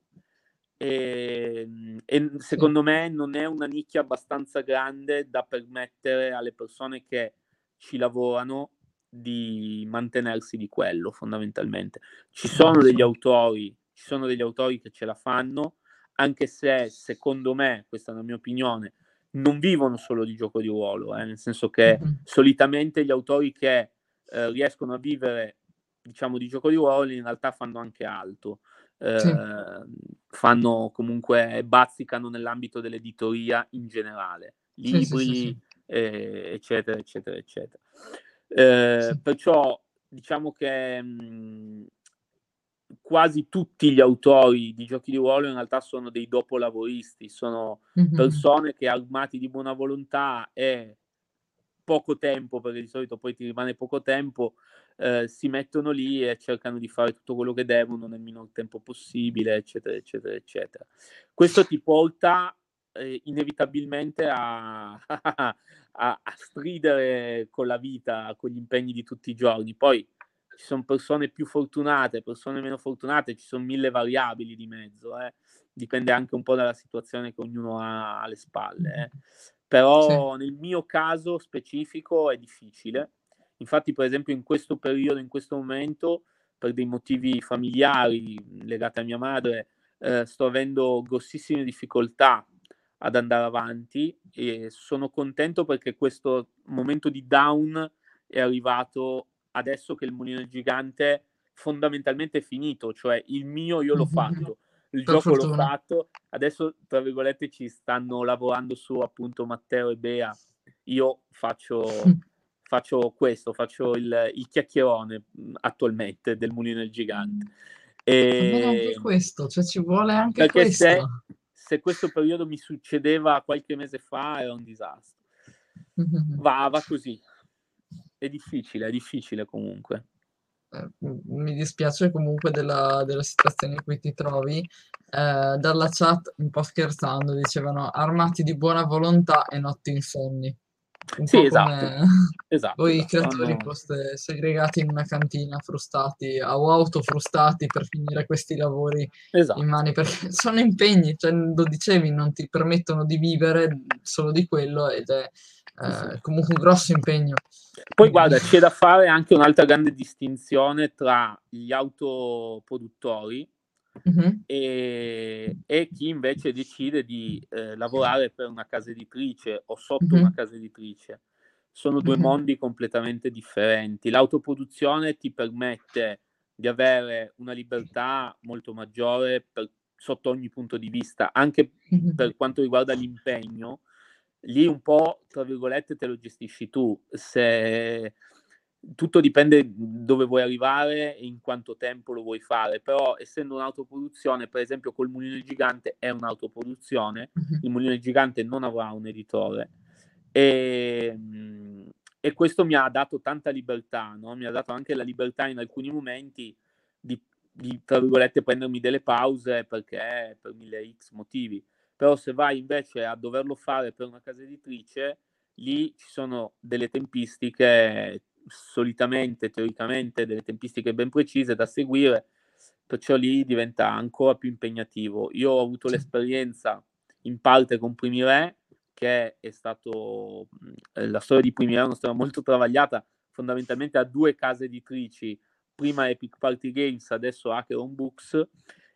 e Sì, secondo me non è una nicchia abbastanza grande da permettere alle persone che ci lavorano di mantenersi di quello, fondamentalmente. Ci sono degli giusto. autori, ci sono degli autori che ce la fanno, anche se secondo me, questa è la mia opinione, non vivono solo di gioco di ruolo, nel senso che solitamente gli autori che riescono a vivere, diciamo, di gioco di ruolo in realtà fanno anche altro. Sì, Fanno comunque, bazzicano nell'ambito dell'editoria in generale, sì, sì, sì, libri, sì, eccetera, eccetera, eccetera. sì. Perciò diciamo che quasi tutti gli autori di giochi di ruolo in realtà sono dei dopolavoristi, sono Mhm. persone che, armati di buona volontà e poco tempo, perché di solito poi ti rimane poco tempo, si mettono lì e cercano di fare tutto quello che devono nel minor tempo possibile, eccetera, eccetera, eccetera. Questo ti porta inevitabilmente a stridere con la vita, con gli impegni di tutti i giorni. Poi ci sono persone più fortunate, persone meno fortunate, ci sono 1000 variabili di mezzo, dipende anche un po' dalla situazione che ognuno ha alle spalle. Sì. Però nel mio caso specifico è difficile. Infatti, per esempio, in questo periodo, in questo momento, per dei motivi familiari legati a mia madre, sto avendo grossissime difficoltà ad andare avanti e sono contento perché questo momento di down è arrivato adesso che il Mulino del Gigante fondamentalmente è finito, cioè il mio io l'ho fatto, il Per gioco l'ho fortuna. fatto, adesso tra virgolette ci stanno lavorando su appunto Matteo e Bea, io faccio questo, faccio il chiacchierone attualmente del Mulino del Gigante. Va bene anche E questo, cioè ci vuole anche perché questo. se questo periodo mi succedeva qualche mese fa era un disastro. Va così. È difficile comunque. Mi dispiace comunque della situazione in cui ti trovi. Dalla chat, un po' scherzando, dicevano armati di buona volontà e notti insonni. Un Sì, po' esatto. come Esatto, voi esatto. creatori foste segregati in una cantina, frustati o autofrustati per finire questi lavori in Esatto. mani, perché sono impegni, cioè lo dicevi, non ti permettono di vivere solo di quello ed è Sì. comunque un grosso impegno. Poi Quindi, guarda, c'è da fare anche un'altra grande distinzione tra gli autoproduttori mhm, e chi invece decide di lavorare per una casa editrice o sotto una mhm, casa editrice. Sono due mhm, mondi completamente differenti. L'autoproduzione ti permette di avere una libertà molto maggiore sotto ogni punto di vista, anche mhm, per quanto riguarda l'impegno. Lì un po', tra virgolette, te lo gestisci tu. Se tutto dipende dove vuoi arrivare e in quanto tempo lo vuoi fare, però essendo un'autoproduzione, per esempio col Mulino Gigante è un'autoproduzione, mhm, il Mulino Gigante non avrà un editore e, e questo mi ha dato tanta libertà, no? Mi ha dato anche la libertà in alcuni momenti di tra virgolette prendermi delle pause perché per 1000x motivi. Però se vai invece a doverlo fare per una casa editrice, lì ci sono delle tempistiche solitamente, teoricamente, delle tempistiche ben precise da seguire, perciò lì diventa ancora più impegnativo. Io ho avuto sì, l'esperienza in parte con Primi Re, che è stato la storia di Primi Re è una storia molto travagliata, fondamentalmente a 2 case editrici, prima Epic Party Games, adesso Acheron Books,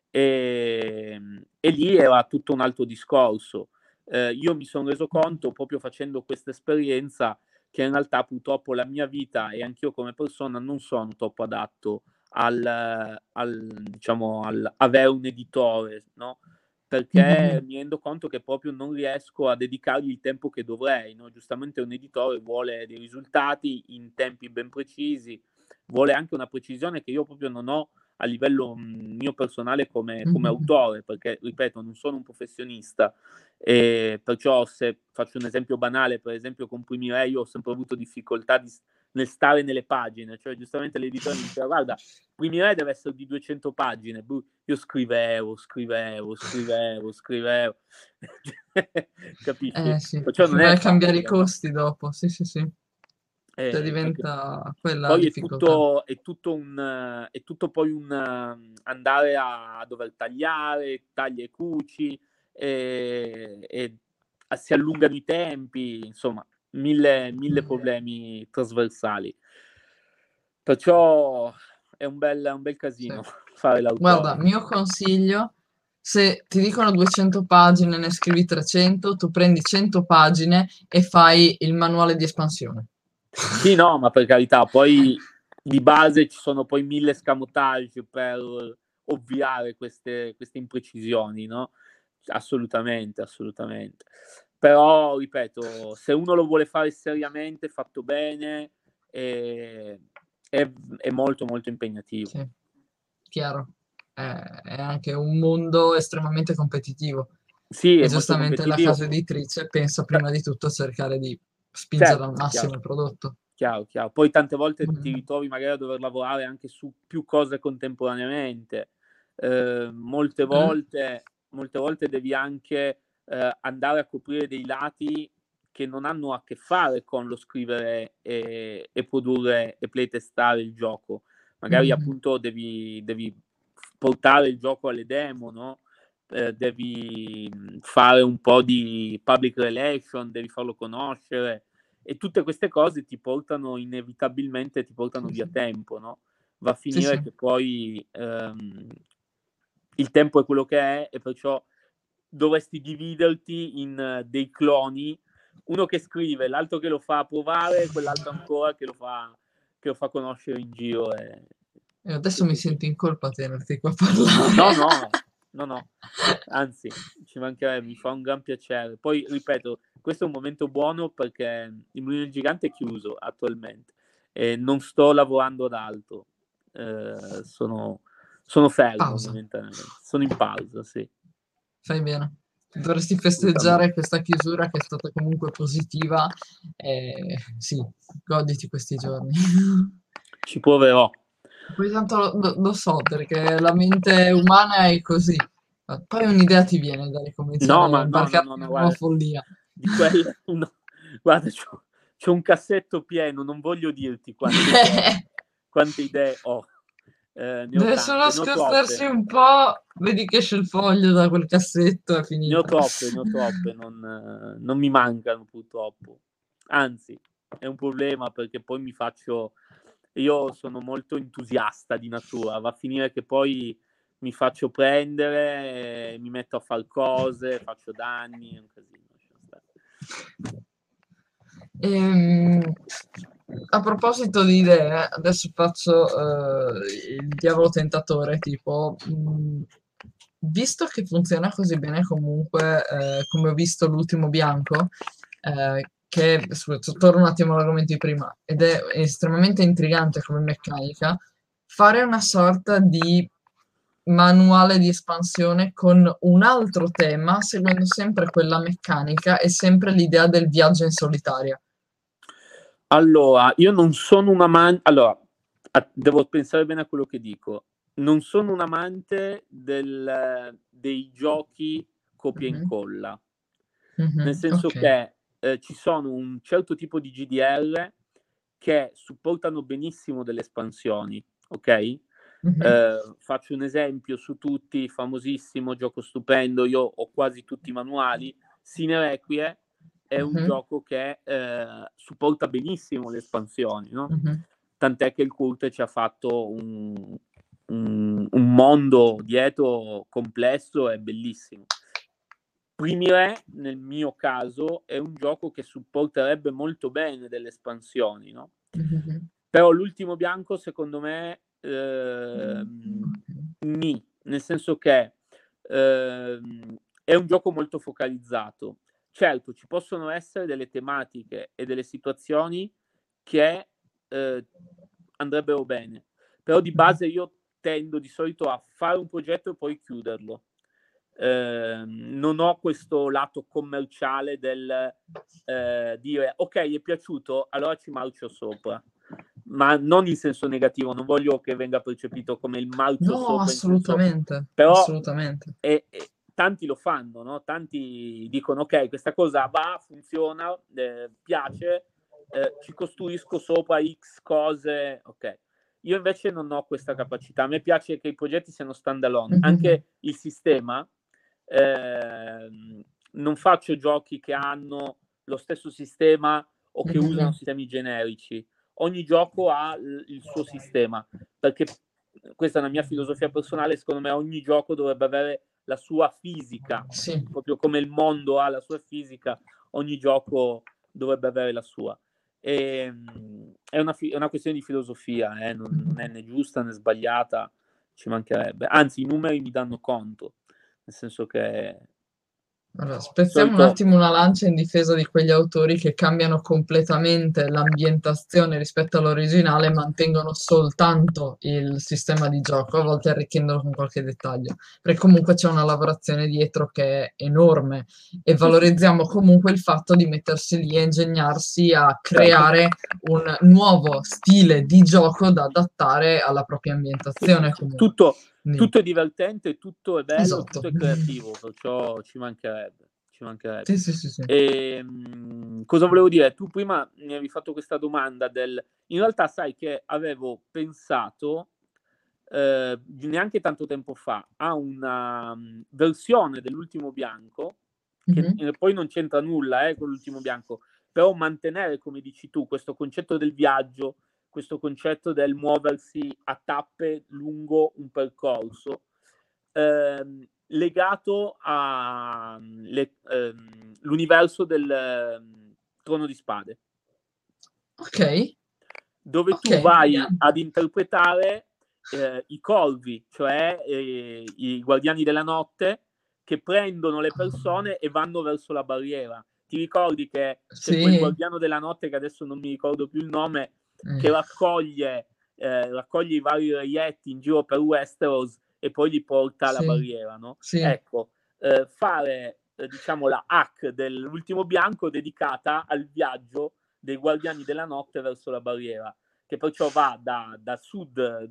e lì era tutto un altro discorso. Io mi sono reso conto proprio facendo questa esperienza che in realtà purtroppo la mia vita e anch'io come persona non sono troppo adatto diciamo, al avere un editore, no? Perché mhm, mi rendo conto che proprio non riesco a dedicargli il tempo che dovrei, no? Giustamente un editore vuole dei risultati in tempi ben precisi, vuole anche una precisione che io proprio non ho a livello mio personale come mhm. autore, perché ripeto, non sono un professionista e perciò se faccio un esempio banale, per esempio con Primi Re io ho sempre avuto difficoltà nel stare nelle pagine, cioè giustamente l'editore mi diceva guarda, Primi Re deve essere di 200 pagine, io scrivevo, capisci? Sì, Perciò non vai è a cambiare i facile, no? costi dopo, sì, sì, sì, cioè Perché diventa quella la poi difficoltà. è tutto poi un andare a dover tagliare, taglia e cuci, e si allungano i tempi, insomma, mille problemi trasversali. Perciò è un bel Sì. casino fare Guarda, l'autore. mio consiglio, se ti dicono 200 pagine, ne scrivi 300, tu prendi 100 pagine e fai il manuale di espansione. Sì, no, ma per carità, poi di base ci sono poi 1000 escamotage per ovviare queste imprecisioni, no? Assolutamente, assolutamente. Però, ripeto, se uno lo vuole fare seriamente, fatto bene, è, è molto, molto impegnativo. Sì, chiaro. È anche un mondo estremamente competitivo Sì, e è molto giustamente la casa competitivo. editrice pensa prima di tutto a cercare di spingere al Certo, massimo chiaro, il prodotto. chiaro, chiaro. Poi tante volte ti Mm. ritrovi magari a dover lavorare anche su più cose contemporaneamente. Molte volte devi anche andare a coprire dei lati che non hanno a che fare con lo scrivere e produrre e playtestare il gioco. Magari Mhm. appunto devi portare il gioco alle demo, no? Devi fare un po' di public relation, devi farlo conoscere e tutte queste cose ti portano inevitabilmente ti portano Sì, via sì. tempo, no? Va a Sì, sì. finire che poi il tempo è quello che è e perciò dovresti dividerti in dei cloni, uno che scrive, l'altro che lo fa provare, e quell'altro ancora che lo fa conoscere in giro E adesso e mi così. sento in colpa a tenerti qua a No, parlare. no, no, no, anzi, ci mancherebbe, mi fa un gran piacere. Poi, ripeto, questo è un momento buono perché il Mulino Gigante è chiuso attualmente e non sto lavorando ad altro. Sono fermo Pausa. momentaneamente, sono in pausa, sì, Fai bene. Dovresti assolutamente. festeggiare questa chiusura che è stata comunque positiva. E sì, goditi questi giorni. Ci proverò. Poi tanto lo so, perché la mente umana è così. Ma poi un'idea ti viene da No, ricominciare a ma no, no, imbarcarti no, no, nella nuova guarda, follia. di quelle, no. Guarda, c'ho un cassetto pieno, non voglio dirti quante idee ho. Ne ho Deve solo tante, ne ho scostarsi troppe. un po', vedi che esce il foglio da quel cassetto, è finita. Ne ho troppe, non mi mancano purtroppo. Anzi, è un problema perché poi io sono molto entusiasta di natura, va a finire che poi mi faccio prendere, mi metto a fare cose, faccio danni, è un casino. Lasciamo stare. Ehm, a proposito di idee, adesso faccio il diavolo tentatore, tipo, visto che funziona così bene comunque, come ho visto l'ultimo bianco, che, scusa, torno un attimo all'argomento di prima, ed è estremamente intrigante come meccanica, fare una sorta di manuale di espansione con un altro tema, seguendo sempre quella meccanica e sempre l'idea del viaggio in solitaria. Allora, io non sono un amante. Allora, devo pensare bene a quello che dico. Non sono un amante dei giochi copia e Mhm, incolla, nel mhm, senso ok. che ci sono un certo tipo di GDR che supportano benissimo delle espansioni, ok? Mhm, Faccio un esempio su tutti, famosissimo, gioco stupendo, io ho quasi tutti i manuali. Sine Requiem è un mhm, gioco che supporta benissimo le espansioni, no? mhm, Tant'è che il Cult ci ha fatto un mondo dietro complesso e bellissimo. Primire, nel mio caso, è un gioco che supporterebbe molto bene delle espansioni, no? mhm, Però l'ultimo bianco, secondo me, mhm. nel senso che è un gioco molto focalizzato. Certo, ci possono essere delle tematiche e delle situazioni che eh, andrebbero bene, però di Mhm. base io tendo di solito a fare un progetto e poi chiuderlo. Non ho questo lato commerciale del dire ok, è piaciuto, allora ci marcio sopra, ma non in senso negativo, non voglio che venga percepito come il marcio No, sopra in senso, assolutamente, però assolutamente. tanti lo fanno, no? Tanti dicono ok, questa cosa va, funziona, piace, ci costruisco sopra X cose, ok. Io invece non ho questa capacità, a me piace che i progetti siano standalone, Mhm, anche il sistema, non faccio giochi che hanno lo stesso sistema o che usano mhm. sistemi generici. Ogni gioco ha il suo sistema, perché questa è una mia filosofia personale, secondo me ogni gioco dovrebbe avere la sua fisica, Sì. proprio come il mondo ha la sua fisica, ogni gioco dovrebbe avere la sua. È una questione di filosofia, non è Mhm. né giusta né sbagliata, ci mancherebbe. Anzi, i numeri mi danno conto, nel senso che Allora, Di spezziamo un solito attimo una lancia in difesa di quegli autori che cambiano completamente l'ambientazione rispetto all'originale e mantengono soltanto il sistema di gioco, a volte arricchendolo con qualche dettaglio, perché comunque c'è una lavorazione dietro che è enorme e sì, sì, sì, valorizziamo comunque il fatto di mettersi lì e ingegnarsi a certo. creare un nuovo stile di gioco da adattare alla propria Sì, sì, ambientazione sì. comunque. Tutto, Quindi, tutto è divertente, tutto è bello, esatto. tutto è creativo, perciò ci mancherebbe, ci Sì, mancherebbe. sì, sì, sì. Cosa volevo dire? Tu prima mi avevi fatto questa domanda del... In realtà sai che avevo pensato, neanche tanto tempo fa, a una versione dell'Ultimo Bianco, che Mhm. poi non c'entra nulla con l'Ultimo Bianco, però mantenere, come dici tu, questo concetto del viaggio, questo concetto del muoversi a tappe lungo un percorso, legato all'universo del Trono di Spade, Ok, dove ok, tu vai vediamo. ad interpretare i corvi, cioè i guardiani della notte, che prendono le persone e vanno verso la barriera. Ti ricordi che c'è quel Sì, guardiano della notte, che adesso non mi ricordo più il nome, che eh, raccoglie i vari reietti in giro per Westeros e poi li porta alla sì, barriera, no? sì. Ecco, fare diciamo la hack dell'Ultimo Bianco dedicata al viaggio dei guardiani della notte verso la barriera, che perciò va da sud,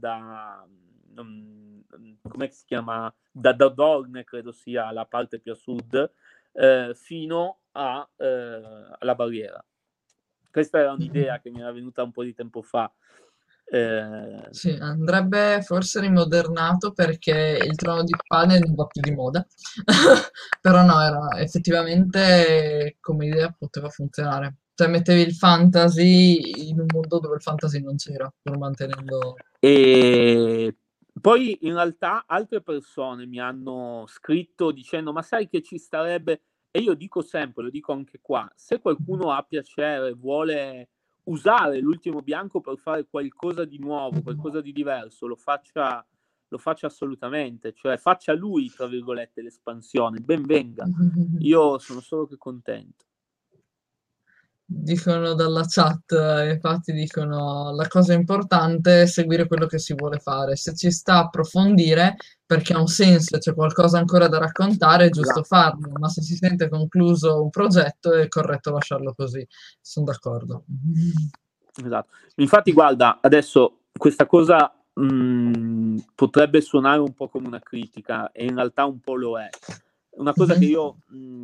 come si chiama? Da Dorne, credo sia la parte più a sud, fino alla barriera. Questa era un'idea Mhm. che mi era venuta un po' di tempo fa. Eh, Sì, andrebbe forse rimodernato perché il Trono di Spade non va più di moda. Però no, era effettivamente come idea poteva funzionare. Cioè mettevi il fantasy in un mondo dove il fantasy non c'era, pur mantenendo... E poi in realtà altre persone mi hanno scritto dicendo: ma sai che ci starebbe? E io dico sempre, lo dico anche qua, se qualcuno ha piacere, vuole usare l'Ultimo Bianco per fare qualcosa di nuovo, qualcosa di diverso, lo faccia assolutamente, cioè faccia lui, tra virgolette, l'espansione, ben venga. Io sono solo che contento. Dicono dalla chat, infatti dicono la cosa importante è seguire quello che si vuole fare. Se ci sta a approfondire perché ha un senso e c'è qualcosa ancora da raccontare, è giusto Esatto. farlo, ma se si sente concluso un progetto è corretto lasciarlo così. Sono d'accordo. Esatto. Infatti, guarda, adesso questa cosa potrebbe suonare un po' come una critica, e in realtà un po' lo è. Una cosa che Mhm. io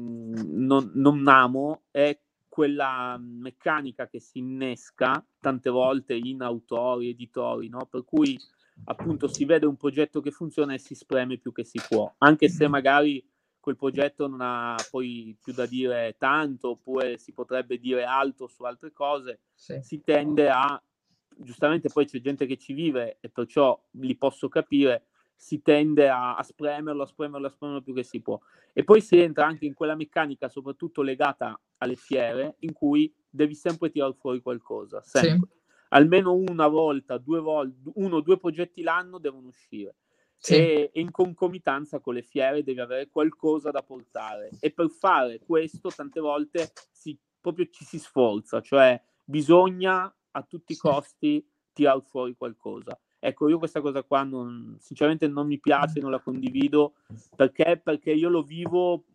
non amo è quella meccanica che si innesca tante volte in autori, editori, no? Per cui appunto si vede un progetto che funziona e si spreme più che si può, anche se magari quel progetto non ha poi più da dire tanto, oppure si potrebbe dire altro su altre cose, Sì, si tende a, giustamente poi c'è gente che ci vive e perciò li posso capire, si tende a spremerlo, a spremerlo, a spremerlo più che si può. E poi si entra anche in quella meccanica, soprattutto legata alle fiere, in cui devi sempre tirare fuori qualcosa, sì, sempre. Almeno una volta, due volte, uno o due progetti l'anno devono uscire. sì, E in concomitanza con le fiere devi avere qualcosa da portare. E per fare questo tante volte proprio ci si sforza, cioè bisogna a tutti i sì. costi tirar fuori qualcosa. Ecco, io questa cosa qua sinceramente non mi piace, non la condivido, perché io lo vivo,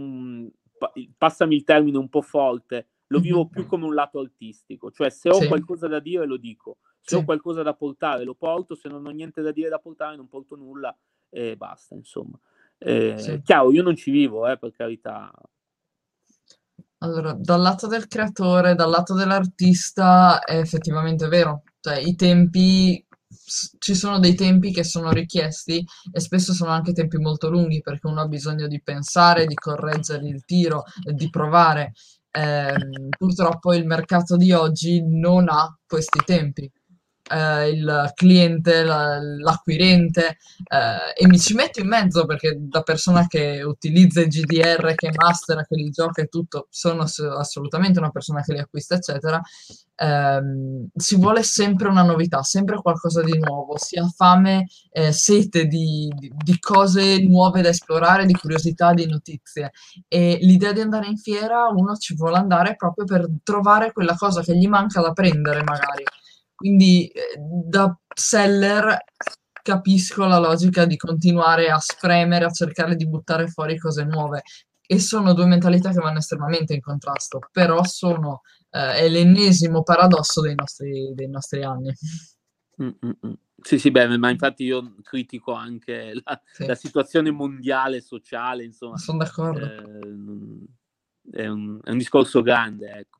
passami il termine un po' forte, lo vivo Mhm. più come un lato artistico, cioè se ho Sì, qualcosa da dire lo dico, se ho sì, qualcosa da portare lo porto, se non ho niente da dire da portare non porto nulla e basta, insomma. sì. Chiaro, io non ci vivo, per carità. Allora, dal lato del creatore, dal lato dell'artista è effettivamente vero, cioè i tempi, ci sono dei tempi che sono richiesti e spesso sono anche tempi molto lunghi perché uno ha bisogno di pensare, di correggere il tiro, di provare. Purtroppo il mercato di oggi non ha questi tempi. il cliente, l'acquirente, e mi ci metto in mezzo perché da persona che utilizza il GDR, che mastera, che li gioca e tutto, sono assolutamente una persona che li acquista, eccetera. Si vuole sempre una novità, sempre qualcosa di nuovo, si ha fame, sete di cose nuove da esplorare, di curiosità, di notizie. E l'idea di andare in fiera, uno ci vuole andare proprio per trovare quella cosa che gli manca da prendere, magari. Quindi, da seller capisco la logica di continuare a spremere, a cercare di buttare fuori cose nuove. E sono due mentalità che vanno estremamente in contrasto, però sono, è l'ennesimo paradosso dei nostri anni. Mm, mm, mm. Sì, sì, beh, ma infatti io critico anche Sì, la situazione mondiale, sociale, insomma, sono d'accordo. è un discorso grande, ecco.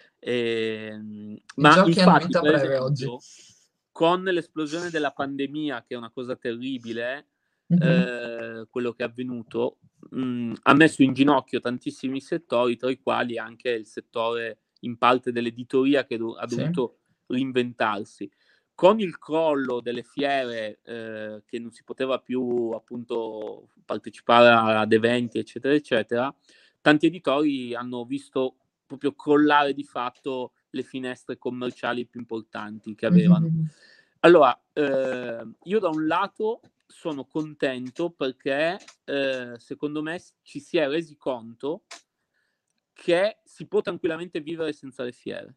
I Ma giochi hanno infatti, vita per breve oggi. esempio, con l'esplosione della pandemia, che è una cosa terribile, Mhm. quello che è avvenuto, ha messo in ginocchio tantissimi settori, tra i quali anche il settore in parte dell'editoria che ha Sì. dovuto reinventarsi. Con il crollo delle fiere, che non si poteva più appunto partecipare ad eventi, eccetera, eccetera, tanti editori hanno visto proprio crollare di fatto le finestre commerciali più importanti che avevano. Mhm. Allora, io da un lato sono contento perché secondo me ci si è resi conto che si può tranquillamente vivere senza le fiere.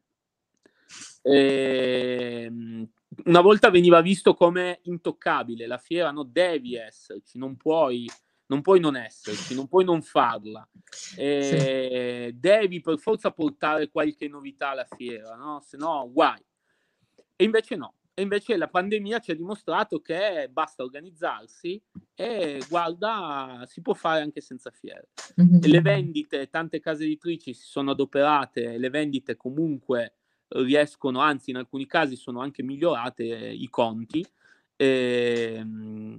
Una volta veniva visto come intoccabile, la fiera no, devi esserci, non puoi non esserci, non puoi non farla. Sì. Devi per forza portare qualche novità alla fiera, no? Se no, guai. E invece no. E invece la pandemia ci ha dimostrato che basta organizzarsi e guarda, si può fare anche senza fiere. E le Mhm. vendite, tante case editrici si sono adoperate, le vendite comunque riescono, anzi in alcuni casi sono anche migliorate i conti. Ehm,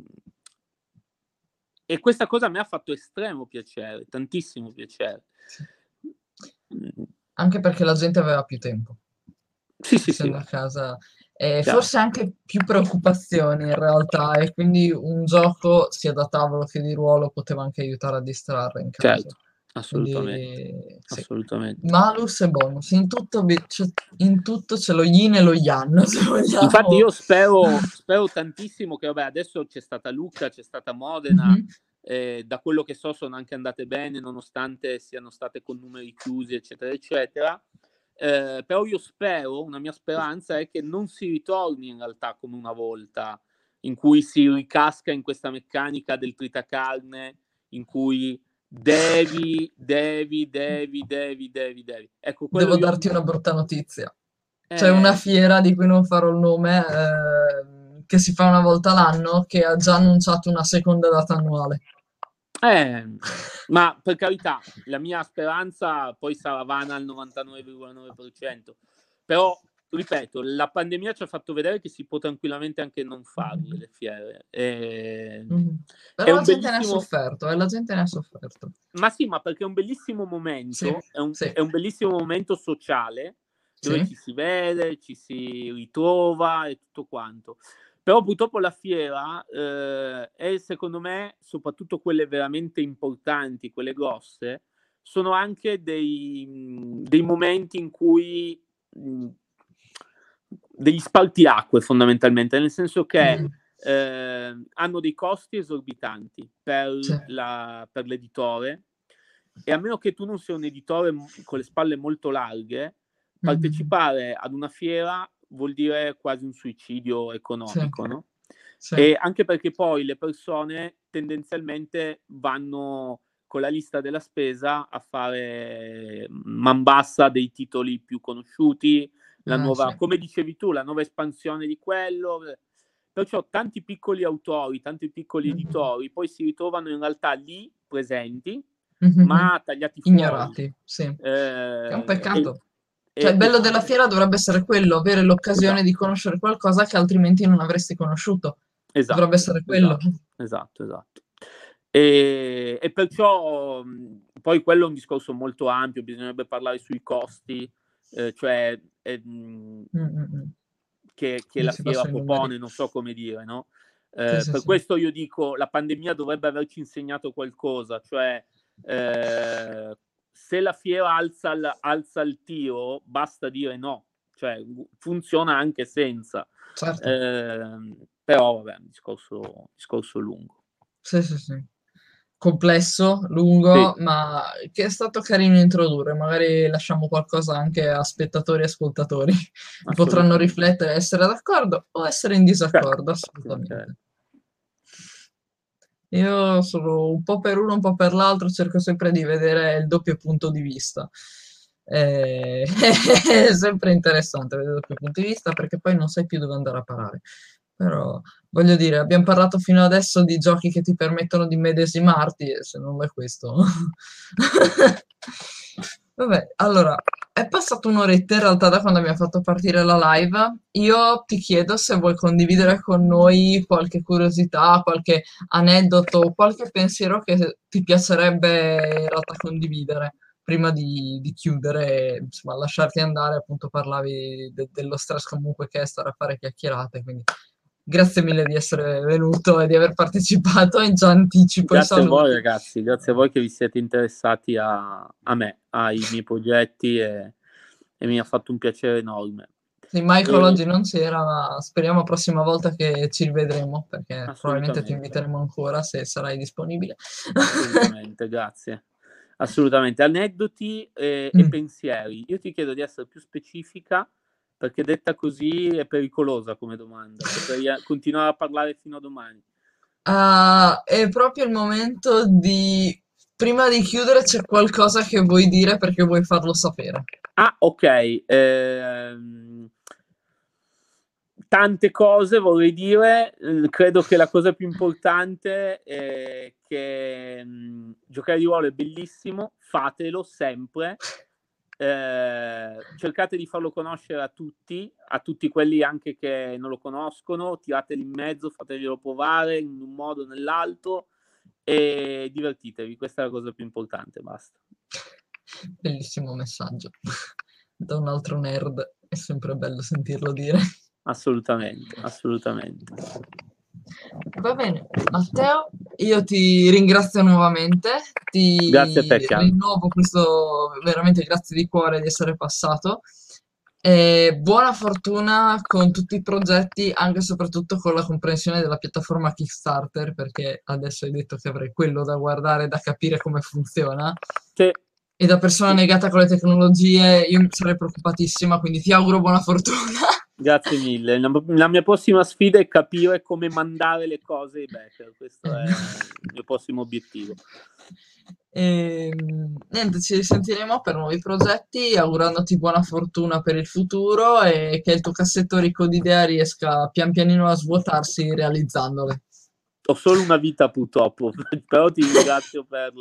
E questa cosa a me ha fatto estremo piacere, tantissimo piacere. Sì. Mm, Anche perché la gente aveva più tempo, Sì, sì, sì, essendo a casa, e chiaro, forse anche più preoccupazioni in realtà, e quindi un gioco sia da tavolo che di ruolo poteva anche aiutare a distrarre in casa. certo, assolutamente, Quindi sì. assolutamente. Malus e bonus, in tutto c'è lo yin e lo yang, se Infatti vogliamo. io spero tantissimo che, vabbè, adesso c'è stata Lucca, c'è stata Modena, Mhm. da quello che so sono anche andate bene, nonostante siano state con numeri chiusi, eccetera, eccetera. Però io spero, una mia speranza è che non si ritorni in realtà come una volta, in cui si ricasca in questa meccanica del tritacarne, in cui devi, devi, devi, devi, devi, devi. Ecco, quello Devo io... darti una brutta notizia. C'è una Eh, fiera di cui non farò il nome, che si fa una volta l'anno, che ha già annunciato una seconda data annuale. ma per carità, la mia speranza poi sarà vana al 99,9%, però ripeto, la pandemia ci ha fatto vedere che si può tranquillamente anche non farle le fiere. Mhm. È Però la un gente ne ha bellissimo, sofferto, e la gente ne ha sofferto. ma sì, ma perché è un bellissimo Sì, momento, è un, sì, è un bellissimo momento sociale dove sì. ci si vede, ci si ritrova e tutto quanto. Però purtroppo la fiera è secondo me, soprattutto quelle veramente importanti, quelle grosse, sono anche dei momenti in cui degli spartiacque fondamentalmente, nel senso che Mhm. hanno dei costi esorbitanti Sì. per l'editore e a meno che tu non sia un editore con le spalle molto larghe, Mhm. partecipare ad una fiera vuol dire quasi un suicidio Sì, economico, no? sì. E anche perché poi le persone tendenzialmente vanno con la lista della spesa a fare man bassa dei titoli più conosciuti, la Sì. nuova, come dicevi tu, la nuova espansione di quello. Perciò tanti piccoli autori, tanti piccoli Mhm. editori poi si ritrovano in realtà lì presenti, Mhm. ma tagliati fuori. Ignorati, sì. Che è un Eh, e, peccato. Cioè, il e bello della fanno... fiera dovrebbe essere quello, avere l'occasione di Esatto, conoscere qualcosa che altrimenti non avresti conosciuto. Dovrebbe esatto, essere quello. esatto, esatto, esatto. E perciò poi quello è un discorso molto ampio, bisognerebbe parlare sui costi, cioè Mm, mm, mm. che Quindi la si fiera passano i numeri. propone, non so come dire, no? Sì, sì, Per sì. questo io dico, la pandemia dovrebbe averci insegnato qualcosa, cioè se la fiera alza il tiro, basta dire no, cioè funziona anche senza. Certo. Però vabbè, discorso lungo. Sì, sì, sì. Complesso, Sì, lungo, ma che è stato carino introdurre. Magari lasciamo qualcosa anche a spettatori e ascoltatori. Potranno assolutamente. riflettere, essere d'accordo o essere in Certo, disaccordo, ci mancherebbe. assolutamente. Io sono un po' per uno, un po' per l'altro, cerco sempre di vedere il doppio punto di vista. È sempre interessante vedere il doppio punto di vista perché poi non sai più dove andare a parare. Però voglio dire, abbiamo parlato fino adesso di giochi che ti permettono di medesimarti, e se non è questo. Vabbè, allora, è passata un'oretta in realtà da quando abbiamo fatto partire la live. Io ti chiedo se vuoi condividere con noi qualche curiosità, qualche aneddoto, qualche pensiero che ti piacerebbe in realtà condividere prima di chiudere, insomma, lasciarti andare, appunto parlavi dello stress comunque che è stare a fare chiacchierate, quindi grazie mille di essere venuto e di aver partecipato in già anticipo i Grazie a voi saluti. ragazzi, grazie a voi che vi siete interessati a me, ai miei progetti e mi ha fatto un piacere enorme. Sì, Michael E, oggi non c'era, ma speriamo la prossima volta che ci rivedremo, perché probabilmente ti assolutamente, inviteremo ancora se sarai disponibile. assolutamente, grazie. Assolutamente. Aneddoti e Mm. pensieri. Io ti chiedo di essere più specifica perché detta così è pericolosa come domanda. Potrei continuare a parlare fino a domani. Ah, è proprio il momento di... Prima di chiudere c'è qualcosa che vuoi dire perché vuoi farlo sapere. Ah, ok. Tante cose vorrei dire. Credo che la cosa più importante è che giocare di ruolo è bellissimo, fatelo sempre. Cercate di farlo conoscere a tutti quelli anche che non lo conoscono, tirateli in mezzo, fateglielo provare in un modo o nell'altro e divertitevi, questa è la cosa più importante, basta. Bellissimo messaggio. Da un altro nerd, è sempre bello sentirlo dire. Assolutamente, assolutamente. Va bene, Matteo, io ti ringrazio nuovamente, Grazie a ti te, Chiara. rinnovo questo veramente grazie di cuore di essere passato e buona fortuna con tutti i progetti, anche e soprattutto con la comprensione della piattaforma Kickstarter, perché adesso hai detto che avrei quello da guardare, da capire come funziona. Sì, E da persona sì. negata con le tecnologie, io sarei preoccupatissima, quindi ti auguro buona fortuna. Grazie mille. La mia prossima sfida è capire come mandare le cose ai backer. Questo è il mio prossimo obiettivo. Niente, ci risentiremo per nuovi progetti, augurandoti buona fortuna per il futuro e che il tuo cassetto ricco di idee riesca pian pianino a svuotarsi realizzandole. Ho solo una vita purtroppo, però ti ringrazio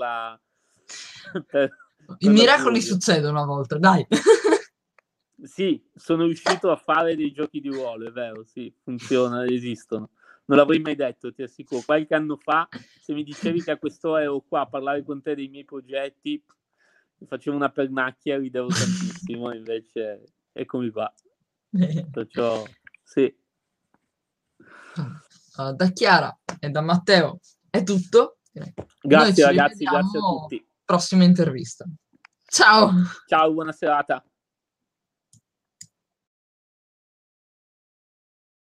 per, I per miracoli l'augurio. succedono a volte, dai. Sì, sono riuscito a fare dei giochi di ruolo, è vero, sì, funziona, esistono. Non l'avrei mai detto, ti assicuro. Qualche anno fa, se mi dicevi che a quest'ora ero qua a parlare con te dei miei progetti, mi facevo una pernacchia e ridevo tantissimo, invece eccomi qua. Perciò, sì, Da Chiara e da Matteo è tutto. Noi grazie ci ragazzi, grazie a rivediamo tutti. prossima intervista. Ciao! Ciao, buona serata.